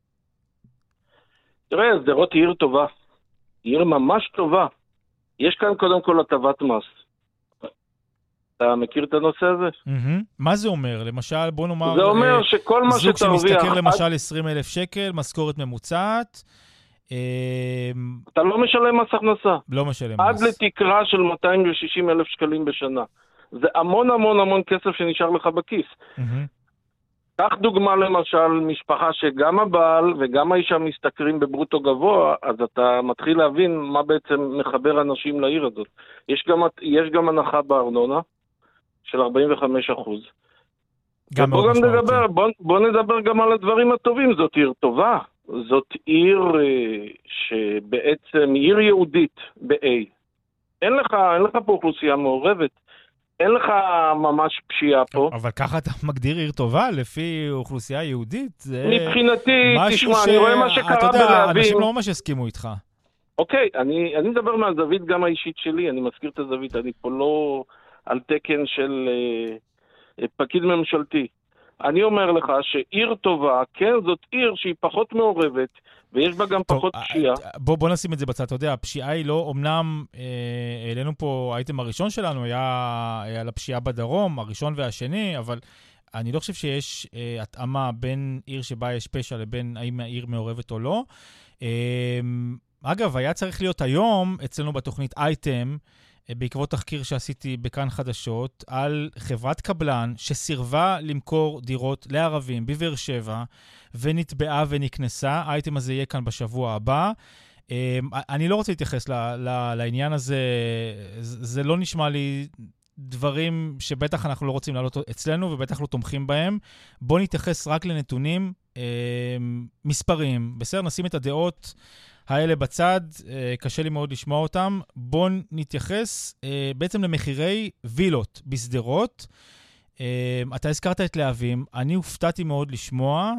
תראה, שדרות היא עיר טובה. היא עיר ממש טובה. יש כאן קודם כל הטבת מס. אתה מכיר את הנושא הזה? Mm-hmm. מה זה אומר? למשל, בוא נאמר... זה אומר שכל מה זוג שתרוויח... שמשתכר למשל עשרים אלף שקל, משכורת ממוצעת. אתה לא משלם מס הכנסה. לא משלם מס. עד לתקרה של מאתיים ושישים אלף שקלים בשנה. זה המון המון המון כסף שנשאר לך בכיס. Mm-hmm. כך דוגמה למשל, משפחה שגם הבעל וגם האישה משתכרים בברוטו גבוה, אז אתה מתחיל להבין מה בעצם מחבר אנשים לעיר הזאת. יש גם, יש גם הנחה בארנונה של ארבעים וחמישה אחוז. גם מאוד משמעותי. נדבר, בוא, בוא נדבר גם על הדברים הטובים. זאת עיר טובה. זאת עיר שבעצם עיר יהודית ב-A. אין לך, אין לך פה אוכלוסייה מעורבת. אין לך ממש פשיעה פה. אבל ככה אתה מגדיר עיר טובה לפי אוכלוסייה יהודית? מבחינתי, תשמע, אני רואה מה שקרה בלהבים. אנשים לא ממש הסכימו איתך. אוקיי, אני, אני מדבר מהזווית גם האישית שלי, אני מזכיר את הזווית, אני פה לא על תקן של אה, פקיד ממשלתי. אני אומר לך שעיר טובה, כן, זאת עיר שהיא פחות מעורבת, ויש בה גם טוב, פחות פשיעה. בוא, בוא נשים את זה בצד, אתה יודע, הפשיעה היא לא, אמנם אה, העלינו פה, האייטם הראשון שלנו היה, היה לפשיעה בדרום, הראשון והשני, אבל אני לא חושב שיש אה, התאמה בין עיר שבה יש פשע לבין האם העיר מעורבת או לא. אה, אגב, היה צריך להיות היום אצלנו בתוכנית אייטם, בעקבות תחקיר שעשיתי בכאן חדשות, על חברת קבלן שסירבה למכור דירות לערבים בבאר שבע, ונתבעה ונכנסה. האייטם הזה יהיה כאן בשבוע הבא. אני לא רוצה להתייחס לעניין הזה, זה לא נשמע לי דברים שבטח אנחנו לא רוצים לעלות אצלנו, ובטח לא תומכים בהם. בוא נתייחס רק לנתונים מספריים. בסדר, נשים את הדעות האלה בצד, קשה לי מאוד לשמוע אותם. בואו נתייחס בעצם למחירי וילות בסדרות. אתה הזכרת את להבים, אני הופתעתי מאוד לשמוע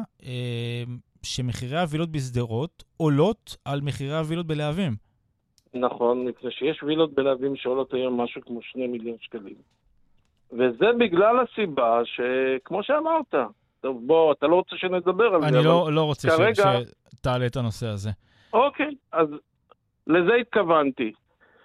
שמחירי הווילות בסדרות עולות על מחירי הווילות בלהבים. נכון, מפני שיש וילות בלהבים שעולות היום משהו כמו שני מיליון שקלים. וזה בגלל הסיבה שכמו שאמרת, טוב בוא, אתה לא רוצה שנדבר על זה. אני לא, לא רוצה כרגע... שתעלה את הנושא הזה. אוקיי, אז לזה התכוונתי.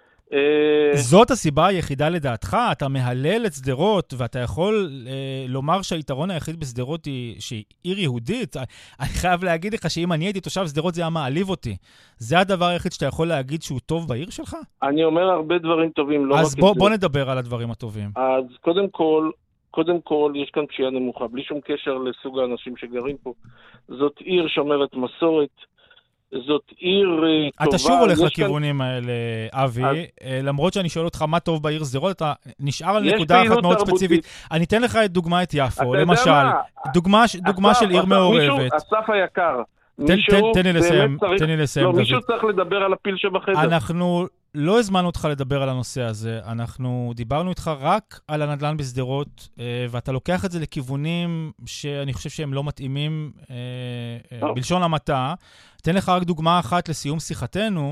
זאת הסיבה היחידה לדעתך? אתה מהלל את סדרות, ואתה יכול אה, לומר שהיתרון היחיד בסדרות היא שהיא עיר יהודית. אני חייב להגיד לך שאם אני הייתי תושב סדרות זה היה מעליב אותי. זה הדבר היחיד שאתה יכול להגיד שהוא טוב בעיר שלך? אני אומר הרבה דברים טובים, לא רק את זה. אז בוא, בוא נדבר על הדברים הטובים. אז קודם כל, קודם כל יש כאן פשיעה נמוכה, בלי שום קשר לסוג האנשים שגרים פה. זאת עיר שומרת מסורת, זאת עיר טובה. אתה שוב הולך לכיוונים האלה, אבי, למרות שאני שואל אותך מה טוב בעיר סדרות, אתה נשאר על נקודה אחת מאוד ספציפית. אני אתן לך את דוגמה את יפו, למשל, דוגמה של עיר מעורבת. אסף היקר, תן לי לסיים, תן לי לסיים, דוד. לא, מישהו צריך לדבר על הפיל שבחדר. אנחנו לא הזמנו אותך לדבר על הנושא הזה, אנחנו דיברנו איתך רק על הנדל"ן בסדרות, ואתה לוקח את זה לכיוונים שאני חושב שהם לא מתאימים בלשון המעטה. אתן לך רק דוגמה אחת לסיום שיחתנו,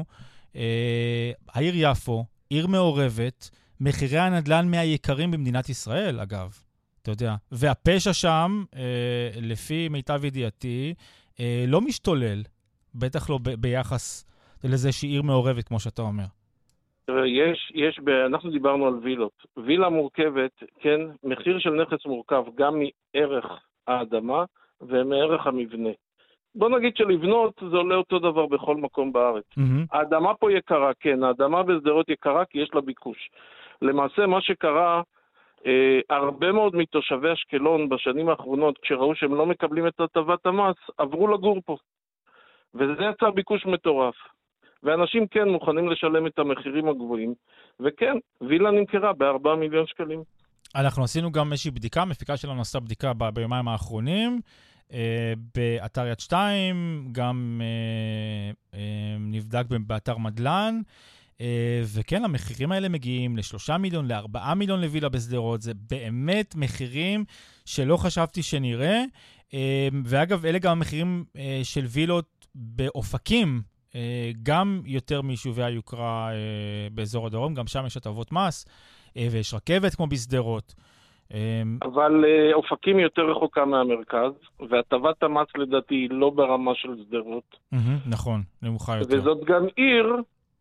העיר יפו, עיר מעורבת, מחירי הנדל"ן מהיקרים במדינת ישראל, אגב, אתה יודע, והפשע שם, לפי מיטב ידיעתי, לא משתולל, בטח לא ב- ביחס לזה שהיא עיר מעורבת, כמו שאתה אומר. יש, יש, ב- אנחנו דיברנו על וילות. וילה מורכבת, כן, מחיר של נכס מורכב גם מערך האדמה ומערך המבנה. בוא נגיד שלבנות זה עולה אותו דבר בכל מקום בארץ. Mm-hmm. האדמה פה יקרה, כן, האדמה בסדרות יקרה כי יש לה ביקוש. למעשה מה שקרה, אה, הרבה מאוד מתושבי אשקלון בשנים האחרונות, כשראו שהם לא מקבלים את הטבת המס, עברו לגור פה. וזה יצא ביקוש מטורף. ואנשים כן מוכנים לשלם את המחירים הגבוהים, וכן, וילה נמכרה בארבעה מיליון שקלים. אנחנו עשינו גם איזושהי בדיקה, מפיקה שלנו עשתה בדיקה ב- ביומיים האחרונים, אה, באתר יד שתיים, גם אה, אה, נבדק באתר מדלן, אה, וכן, המחירים האלה מגיעים לשלושה מיליון, לארבעה מיליון לווילה בסדרות, זה באמת מחירים שלא חשבתי שנראה, אה, ואגב, אלה גם המחירים אה, של וילות באופקים, אה, גם יותר מיישובי היוקרה אה, באזור הדרום, גם שם יש הטבות מס, אה, ויש רכבת כמו בסדרות. אבל אופקים יותר רחוקה מהמרכז, והטבת המס לדעתי היא לא ברמה של סדרות. נכון, נמוכה יותר. וזאת גם עיר,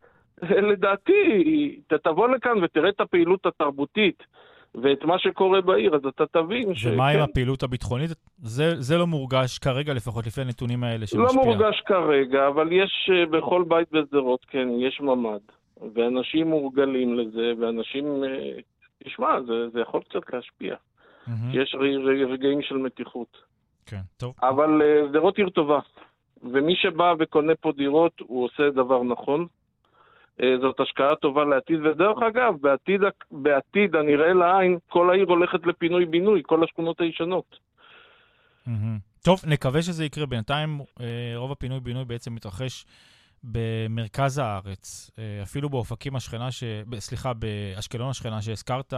לדעתי, אתה תבוא לכאן ותראה את הפעילות התרבותית, ואת מה שקורה בעיר, אז אתה תבין ש... ומה עם הפעילות הביטחונית? זה, זה לא מורגש כרגע, לפחות לפי הנתונים האלה שמשפיע. לא מורגש כרגע, אבל יש בכל בית בסדרות, כן, יש ממד. ואנשים מורגלים לזה, ואנשים... תשמע, זה, זה יכול קצת להשפיע. Mm-hmm. יש רגעים של מתיחות. כן, טוב. אבל uh, סדרות עיר טובה. ומי שבא וקונה פה דירות, הוא עושה דבר נכון. Uh, זאת השקעה טובה לעתיד. ודרך אגב, בעתיד, בעתיד הנראה לעין, כל העיר הולכת לפינוי-בינוי, כל השכונות הישנות. Mm-hmm. טוב, נקווה שזה יקרה. בינתיים uh, רוב הפינוי-בינוי בעצם מתרחש במרכז הארץ, אפילו באופקים השכנה, ש... סליחה, באשקלון השכנה שהזכרת,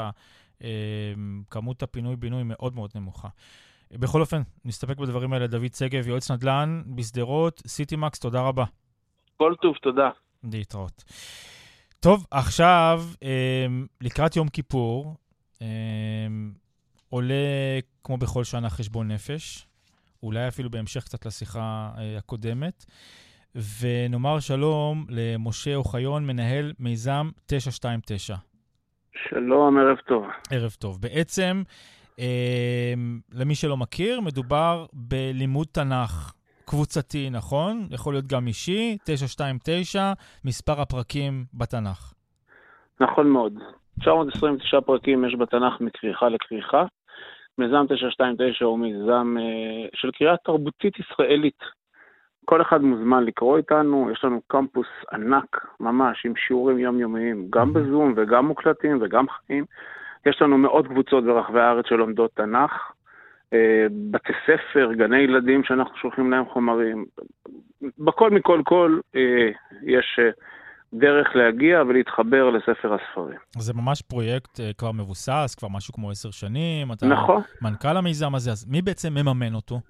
כמות הפינוי-בינוי מאוד מאוד נמוכה. בכל אופן, נסתפק בדברים האלה. דוד שגב, יועץ נדל"ן בסדרות, סיטימקס, תודה רבה. כל טוב, תודה. להתראות. טוב, עכשיו, לקראת יום כיפור, עולה כמו בכל שנה חשבון נפש, אולי אפילו בהמשך קצת לשיחה הקודמת, ונאמר שלום למשה אוחיון, מנהל מיזם תשע שתיים תשע. שלום, ערב טוב. ערב טוב. בעצם, אה, למי שלא מכיר, מדובר בלימוד תנ"ך קבוצתי, נכון? יכול להיות גם אישי, תשע שתיים תשע, מספר הפרקים בתנ"ך. נכון מאוד. תשע מאות עשרים ותשע פרקים יש בתנ"ך מקריחה לקריחה. מיזם תשע שתיים תשע הוא מיזם אה, של קריאה תרבותית ישראלית. כל אחד מוזמן לקרוא איתנו, יש לנו קמפוס ענק ממש עם שיעורים יומיומיים, גם בזום וגם מוקלטים וגם חיים. יש לנו מאות קבוצות ברחבי הארץ שלומדות תנ"ך, אה, בתי ספר, גני ילדים שאנחנו שולחים להם חומרים. בכל מכל כל אה, יש אה, דרך להגיע ולהתחבר לספר הספרים. זה ממש פרויקט אה, כבר מבוסס, כבר משהו כמו עשר שנים. אתה נכון. מנכ"ל המיזם הזה, אז מי בעצם מממן אותו?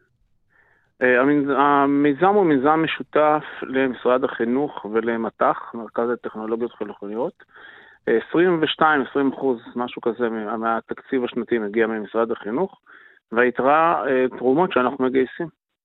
המיזם הוא מיזם משותף למשרד החינוך ולמת"ח, מרכז הטכנולוגיות חינוכיות. עשרים ושתיים עד עשרים אחוז, משהו כזה, מהתקציב השנתי מגיע ממשרד החינוך, והיתרה תרומות שאנחנו מגייסים.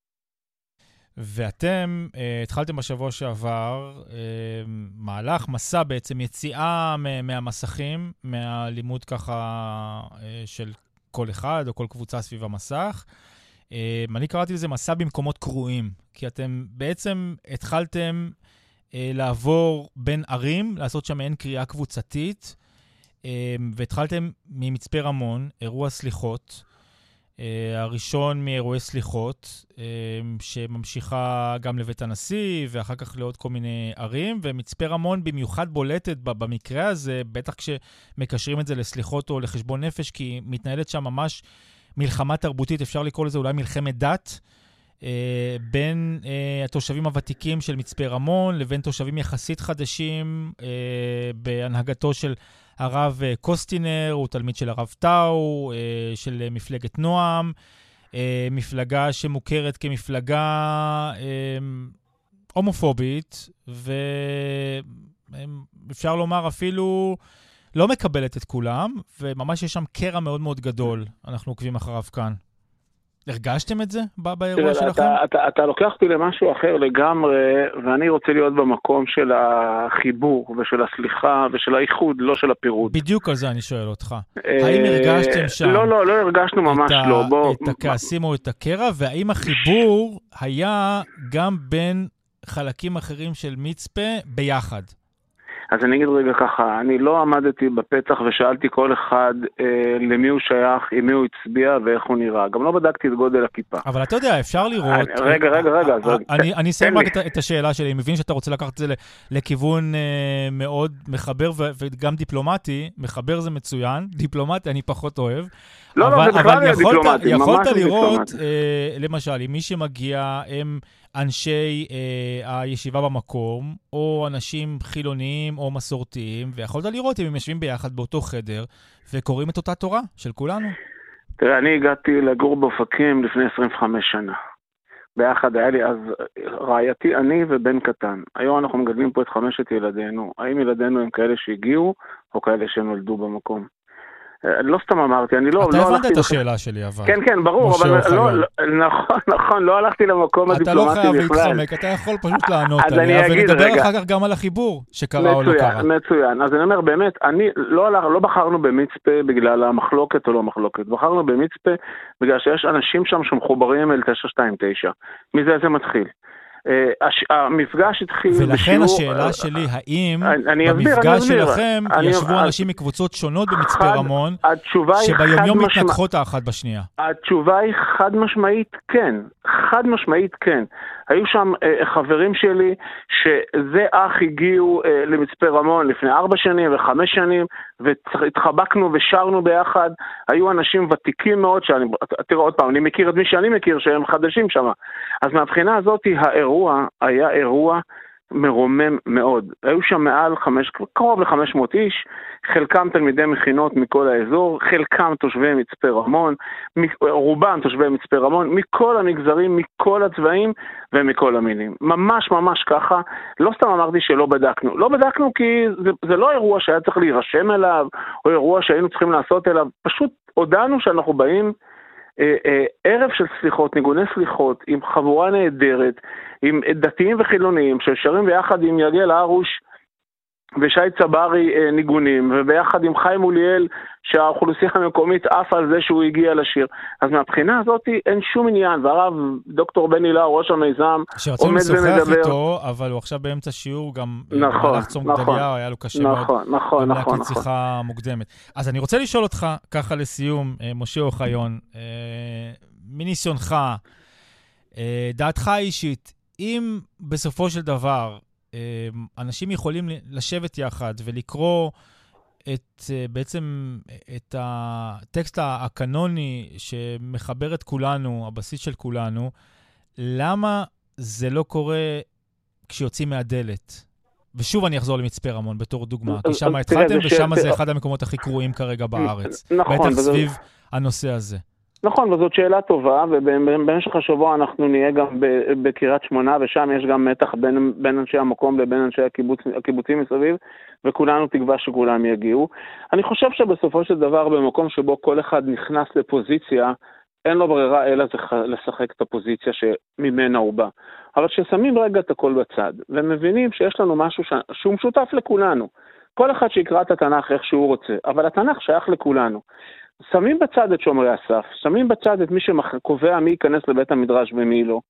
ואתם uh, התחלתם בשבוע שעבר uh, מהלך, מסע בעצם, יציאה מהמסכים, מהלימוד ככה uh, של כל אחד או כל קבוצה סביב המסך. Uh, אני קראתי לזה מסע במקומות קרואים, כי אתם בעצם התחלתם uh, לעבור בין ערים, לעשות שם אין קריאה קבוצתית, uh, והתחלתם ממצפה רמון, אירוע סליחות, Uh, הראשון מאירועי סליחות, uh, שממשיכה גם לבית הנשיא, ואחר כך לעוד כל מיני ערים, ומצפה רמון במיוחד בולטת במקרה הזה, בטח כשמקשרים את זה לסליחות או לחשבון נפש, כי מתנהלת שם ממש מלחמה תרבותית, אפשר לקרוא לזה אולי מלחמת דת, uh, בין uh, התושבים הוותיקים של מצפה רמון, לבין תושבים יחסית חדשים, uh, בהנהגתו של הרב קוסטינר, הוא תלמיד של הרב טאו, של מפלגת נועם, מפלגה שמוכרת כמפלגה הומופובית, ואפשר לומר אפילו לא מקבלת את כולם, וממש יש שם קרע מאוד מאוד גדול, אנחנו עוקבים אחריו כאן. הרגשתם את זה באירוע שלכם? אתה, אתה, אתה לוקח אותי למשהו אחר לגמרי, ואני רוצה להיות במקום של החיבור ושל הסליחה ושל האיחוד, לא של הפירוד. בדיוק על זה אני שואל אותך. האם הרגשתם שם? לא, לא, לא הרגשנו ממש לא. בוא... את הכעסים או את הקרע, והאם החיבור היה גם בין חלקים אחרים של מצפה ביחד? אז אני אגיד רגע ככה, אני לא עמדתי בפתח ושאלתי כל אחד אה, למי הוא שייך, עם מי הוא הצביע ואיך הוא נראה. גם לא בדקתי את גודל הכיפה. אבל אתה יודע, אפשר לראות... אני, רגע, רגע, רגע. אני, אני, אני אסיים רק את, את השאלה שלי. אני מבין שאתה רוצה לקחת את זה לכיוון אה, מאוד מחבר ו, וגם דיפלומטי. מחבר זה מצוין, דיפלומטי אני פחות אוהב. לא, אבל, לא, זה בכלל יכולת, דיפלומטי. יכולת לראות, אה, למשל, אם מי שמגיע הם... אנשי אה, הישיבה במקום, או אנשים חילוניים או מסורתיים, ויכולת לראות אם הם יושבים ביחד באותו חדר, וקוראים את אותה תורה של כולנו. תראה, אני הגעתי לגור באופקים לפני עשרים וחמש שנה. ביחד היה לי אז רעייתי אני ובן קטן. היום אנחנו מגדלים פה את חמשת ילדינו. האם ילדינו הם כאלה שהגיעו, או כאלה שנולדו במקום? לא סתם אמרתי, אני לא... אתה הבנת את השאלה שלי, אבל... כן, כן, ברור, אבל נכון, נכון, לא הלכתי למקום הדיפלומטי בכלל. אתה לא חייב להתחמק, אתה יכול פשוט לענות עליה, ונדבר אחר כך גם על החיבור שקרה או לא קרה. מצוין, אז אני אומר, באמת, אני לא בחרנו במצפה בגלל המחלוקת או לא מחלוקת, בחרנו במצפה בגלל שיש אנשים שם שמחוברים אל תשע שתיים תשע. מזה זה מתחיל. המפגש התחיל בשיעור... ולכן השאלה שלי, האם במפגש שלכם ישבו אנשים מקבוצות שונות במצפה רמון, שביומיום מתנגחות האחת בשנייה? התשובה היא חד משמעית כן, חד משמעית כן. היו שם חברים שלי שזה אח הגיעו למצפה רמון לפני ארבע שנים וחמש שנים, והתחבקנו ושרנו ביחד. היו אנשים ותיקים מאוד, שאני, תראה עוד פעם, אני מכיר את מי שאני מכיר שהם חדשים שם. אז מהבחינה הזאת האירוע היה אירוע מרומם מאוד. היו שם מעל חמש, קרוב ל-חמש מאות איש, חלקם תלמידי מכינות מכל האזור, חלקם תושבי מצפה רמון, רובם תושבי מצפה רמון, מכל המגזרים, מכל הצבעים ומכל המינים. ממש ממש ככה, לא סתם אמרתי שלא בדקנו. לא בדקנו כי זה, זה לא אירוע שהיה צריך להירשם אליו, או אירוע שהיינו צריכים לעשות אליו, פשוט הודענו שאנחנו באים אה, אה, ערב של סליחות, ניגוני סליחות, עם חבורה נהדרת, עם דתיים וחילוניים, ששרים ביחד עם יגל הרוש ושי צברי אה, ניגונים, וביחד עם חיים אוליאל, שהאוכלוסייה המקומית עפה על זה שהוא הגיע לשיר. אז מהבחינה הזאת אין שום עניין, והרב דוקטור בני לאו, ראש המיזם, שרצינו לשוחח איתו, אבל הוא עכשיו באמצע שיעור, גם נכון, במהלך צום נכון, גדליה, היה לו קשה נכון, מאוד, נכון, גם נכון, להקליט שיחה מוקדמת. אז אני רוצה לשאול אותך, ככה לסיום, משה אוחיון, מניסיונך, דעתך האישית, אם בסופו של דבר אנשים יכולים לשבת יחד ולקרוא את, בעצם את הטקסט הקנוני שמחבר את כולנו, הבסיס של כולנו, למה זה לא קורה כשיוצאים מהדלת? ושוב אני אחזור למצפה רמון בתור דוגמה, כי שם התחלתם ושם זה אחד המקומות הכי קרועים כרגע בארץ. נכון. בטח סביב הנושא הזה. נכון, וזאת שאלה טובה, ובמשך השבוע אנחנו נהיה גם בקריית שמונה, ושם יש גם מתח בין, בין אנשי המקום לבין אנשי הקיבוץ, הקיבוצים מסביב, וכולנו תקווה שכולם יגיעו. אני חושב שבסופו של דבר, במקום שבו כל אחד נכנס לפוזיציה, אין לו ברירה אלא לשחק את הפוזיציה שממנה הוא בא. אבל ששמים רגע את הכל בצד, ומבינים שיש לנו משהו ש... שהוא משותף לכולנו. כל אחד שיקרא את התנ"ך איך שהוא רוצה, אבל התנ"ך שייך לכולנו. שמים בצד את שומרי הסף, שמים בצד את מי שקובע מי ייכנס לבית המדרש ומי לא,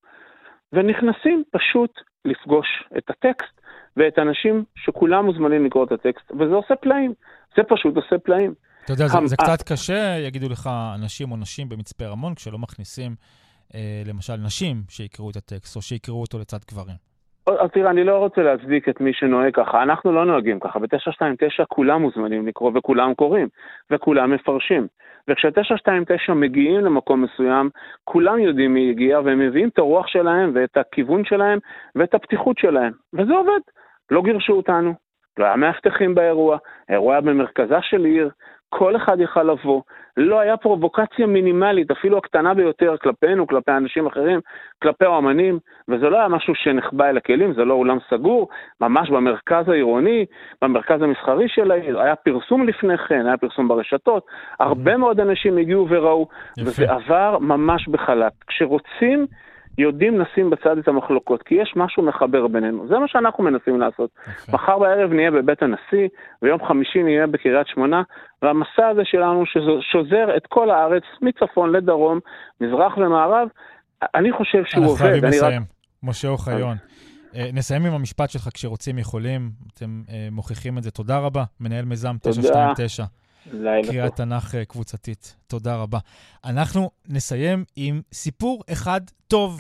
ונכנסים פשוט לפגוש את הטקסט, ואת האנשים שכולם מוזמנים לקרוא את הטקסט, וזה עושה פלאים, זה פשוט עושה פלאים. אתה יודע, זה, זה קצת קשה, יגידו לך אנשים או נשים במצפה רמון, כשלא מכניסים, אה, למשל, נשים שיקראו את הטקסט, או שיקראו אותו לצד גברים. אז תראה, אני לא רוצה להצדיק את מי שנוהג ככה, אנחנו לא נוהגים ככה, ב-תשע שתיים תשע כולם מוזמנים לקרוא, וכולם קוראים, וכולם מפרשים. וכש-תשע שתיים תשע מגיעים למקום מסוים, כולם יודעים מי הגיע, והם מביאים את הרוח שלהם, ואת הכיוון שלהם, ואת הפתיחות שלהם. וזה עובד. לא גירשו אותנו, לא היה מאבטחים באירוע, האירוע היה במרכזה של עיר, כל אחד יכל לבוא, לא היה פרובוקציה מינימלית, אפילו הקטנה ביותר, כלפינו, כלפי אנשים אחרים, כלפי האמנים, וזה לא היה משהו שנחבא אל הכלים, זה לא אולם סגור, ממש במרכז העירוני, במרכז המסחרי של העיר, היה פרסום לפני כן, היה פרסום ברשתות, הרבה מאוד אנשים הגיעו וראו, וזה עבר ממש בחלק. כשרוצים, יודעים נשים בצד את המחלוקות, כי יש משהו מחבר בינינו. זה מה שאנחנו מנסים לעשות. מחר בערב נהיה בבית הנשיא, ויום חמישי נהיה בקריית שמונה, והמסע הזה שלנו שוזר את כל הארץ, מצפון לדרום, מזרח ומערב, אני חושב שהוא עובד. אנחנו חייבים לסיים. משה אוחיון. נסיים עם המשפט שלך, כשרוצים יכולים, אתם מוכיחים את זה. תודה רבה, מנהל מיזם תשע שתיים תשע. קריאת תנ"ך קבוצתית. תודה רבה. אנחנו נסיים עם סיפור אחד טוב,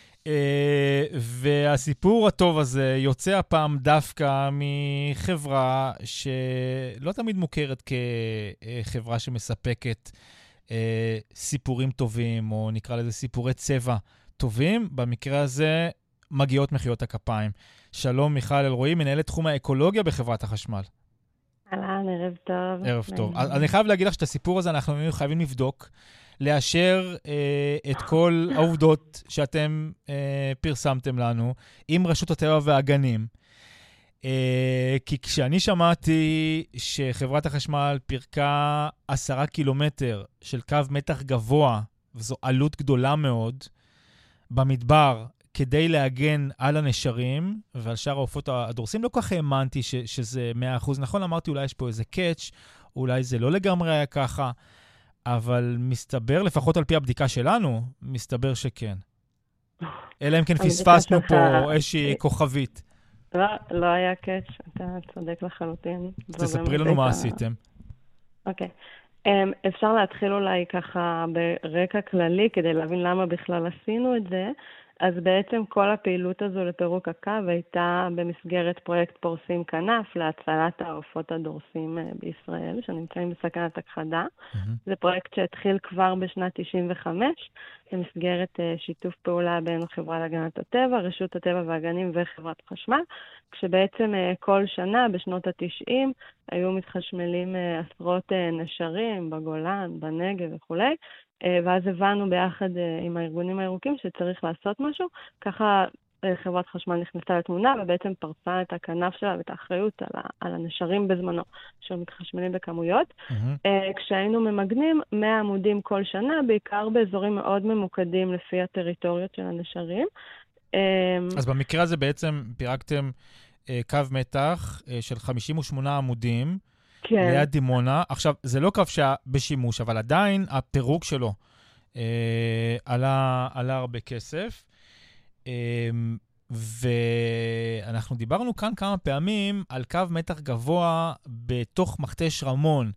והסיפור הטוב הזה יוצא הפעם דווקא מחברה שלא תמיד מוכרת כחברה שמספקת סיפורים טובים, או נקרא לזה סיפורי צבע טובים. במקרה הזה מגיעות מחיאות הכפיים. שלום מיכל אלרועי, מנהלת תחום האקולוגיה בחברת החשמל. אהלן, ערב טוב. ערב טוב. אז אני חייב להגיד לך שאת הסיפור הזה אנחנו חייבים לבדוק, לאשר אה, את כל העובדות שאתם אה, פרסמתם לנו עם רשות הטבע והגנים. אה, כי כשאני שמעתי שחברת החשמל פירקה עשרה קילומטר של קו מתח גבוה, וזו עלות גדולה מאוד, במדבר, כדי להגן על הנשרים ועל שאר העופות הדורסים, לא כל כך האמנתי ש- שזה מאה אחוז. נכון, אמרתי אולי יש פה איזה קאץ', אולי זה לא לגמרי היה ככה, אבל מסתבר, לפחות על פי הבדיקה שלנו, מסתבר שכן. אלא אם כן פספסנו פה איזושהי כוכבית. לא, לא היה קאץ', אתה צודק לחלוטין. תספרי לנו מה עשיתם. אוקיי. אפשר להתחיל אולי ככה ברקע כללי, כדי להבין למה בכלל עשינו את זה. אז בעצם כל הפעילות הזו לפירוק הקו הייתה במסגרת פרויקט פורסים כנף להצלת העופות הדורסים בישראל, שנמצאים בסכנת הכחדה. Mm-hmm. זה פרויקט שהתחיל כבר בשנת תשעים וחמש, במסגרת שיתוף פעולה בין חברה להגנת הטבע, רשות הטבע והגנים וחברת חשמל, כשבעצם כל שנה בשנות ה-תשעים היו מתחשמלים עשרות נשרים בגולן, בנגב וכו'. ואז הבנו ביחד עם הארגונים הירוקים שצריך לעשות משהו. ככה חברת חשמל נכנסה לתמונה ובעצם פרסה את הכנף שלה ואת האחריות על, על הנשרים בזמנו, שמתחשמלים בכמויות. Mm-hmm. כשהיינו ממגנים מאה עמודים כל שנה, בעיקר באזורים מאוד ממוקדים לפי הטריטוריות של הנשרים. אז במקרה הזה בעצם פירקתם קו מתח של חמישים ושמונה עמודים, כן. ליד דימונה. עכשיו, זה לא קו שעה בשימוש, אבל עדיין הפירוק שלו אה, עלה, עלה הרבה כסף. אה, ואנחנו דיברנו כאן כמה פעמים על קו מתח גבוה בתוך מכתש רמון,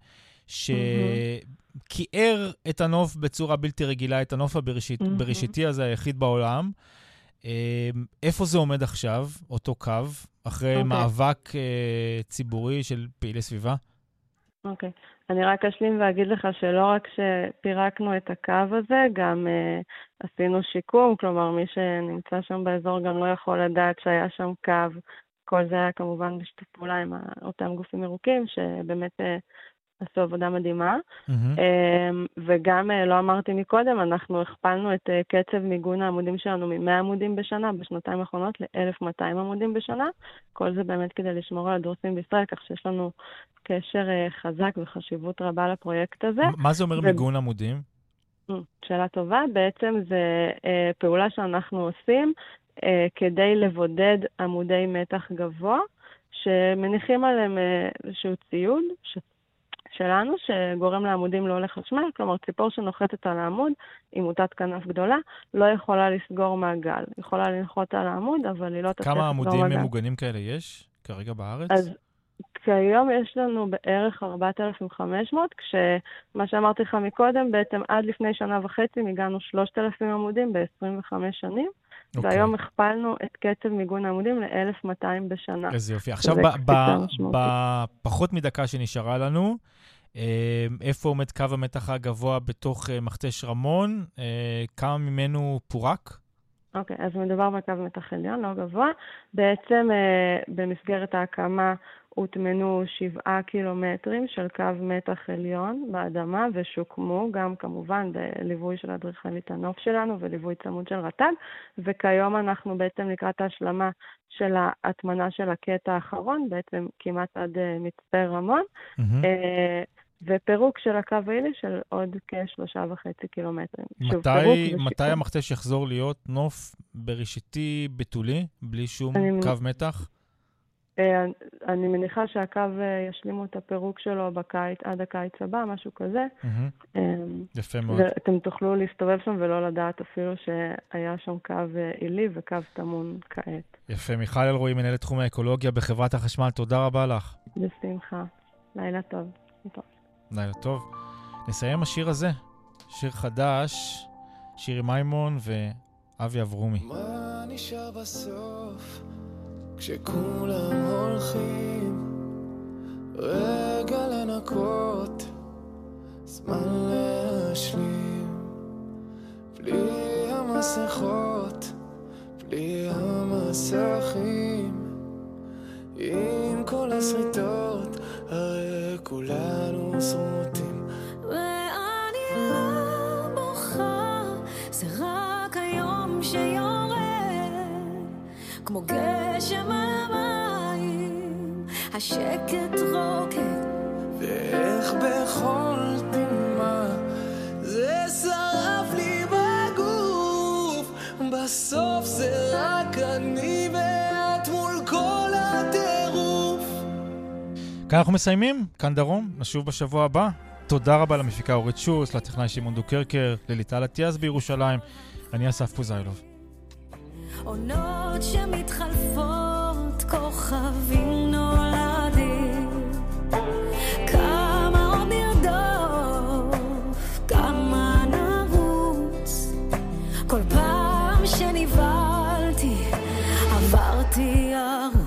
שכיער את הנוף בצורה בלתי רגילה, את הנוף הבראשית, mm-hmm. בראשיתי הזה היחיד בעולם. אה, איפה זה עומד עכשיו, אותו קו, אחרי okay. מאבק אה, ציבורי של פעילי סביבה? אוקיי. Okay. אני רק אשלים ואגיד לך שלא רק שפירקנו את הקו הזה, גם uh, עשינו שיקום, כלומר מי שנמצא שם באזור גם לא יכול לדעת שהיה שם קו. כל זה היה כמובן בשיתוף פעולה עם אותם גופים ירוקים, שבאמת uh, עשו עבודה מדהימה. Mm-hmm. Um, וגם uh, לא אמרתי מקודם, אנחנו הכפלנו את uh, קצב מיגון העמודים שלנו מ-מאה עמודים בשנה, בשנתיים האחרונות ל-אלף ומאתיים עמודים בשנה. כל זה באמת כדי לשמור על הדורסים בישראל, כך שיש לנו קשר חזק וחשיבות רבה לפרויקט הזה. מה זה אומר ו... מיגון עמודים? שאלה טובה. בעצם זה אה, פעולה שאנחנו עושים אה, כדי לבודד עמודי מתח גבוה, שמניחים עליהם אה, איזשהו ציוד ש... שלנו, שגורם לעמודים לא לחשמל, כלומר ציפור שנוחתת על העמוד עם מוטת כנף גדולה, לא יכולה לסגור מעגל. יכולה לנחות על העמוד, אבל היא לא תצליח לסגור מעגל. כמה עמודים ממוגנים כאלה יש כרגע בארץ? אז כיום יש לנו בערך ארבעת אלפים וחמש מאות, כשמה שאמרתי לך מקודם, בעצם עד לפני שנה וחצי הגענו שלושת אלפים עמודים ב-עשרים וחמש שנים, okay. והיום הכפלנו את קצב מיגון העמודים ל-אלף ומאתיים בשנה. איזה יופי. עכשיו, בפחות מדקה שנשארה לנו, איפה עומד קו המתח הגבוה בתוך מכתש רמון? כמה ממנו פורק? אוקיי, אז מדובר בקו מתח עליון, לא גבוה. בעצם במסגרת ההקמה הוטמנו שבעה קילומטרים של קו מתח עליון באדמה ושוקמו גם כמובן בליווי של אדריכלית הנוף שלנו וליווי צמוד של רט"ג, וכיום אנחנו בעצם לקראת ההשלמה של ההטמנה של הקטע האחרון, בעצם כמעט עד מצפה רמון, mm-hmm. ופירוק של הקו העילי של עוד כשלושה וחצי קילומטרים. מתי, מתי המכתש יחזור להיות נוף בראשיתי בתולי, בלי שום אני... קו מתח? אני מניחה שהקו ישלימו את הפירוק שלו בקיץ, עד הקיץ הבא, משהו כזה. Mm-hmm. יפה מאוד. אתם תוכלו להסתובב שם ולא לדעת אפילו שהיה שם קו עילי וקו תמון כעת. יפה. מיכל אלרועי, מנהלת תחום האקולוגיה בחברת החשמל, תודה רבה לך. בשמחה. לילה טוב. לילה טוב. נסיים השיר הזה. שיר חדש, שירי מימון ואבי אברומי. מה נשאר בסוף? כשכולם הולכים רגע לנקות זמן להשלים בלי המסכות בלי המסכים עם כל הסריטות הרי כולנו סרוטים ואני לא בוכה זה רק היום שיורד כמו גשם המים, השקט רוקד ואיך בכל תימה זה שרף לי בגוף בסוף זה רק אני ואת מול כל הטירוף. כאן אנחנו מסיימים, כאן דרום, נשוב בשבוע הבא. תודה רבה למפיקה אורית שוס, לטכנאי שמעון דוקרקר, לליטל אטיאס בירושלים. אני אסף פוזיילוב. עונות שמתחלפות, כוכבים נולדים, כמה עוד נרדוף, כמה נרוץ, כל פעם שניבה מבטיח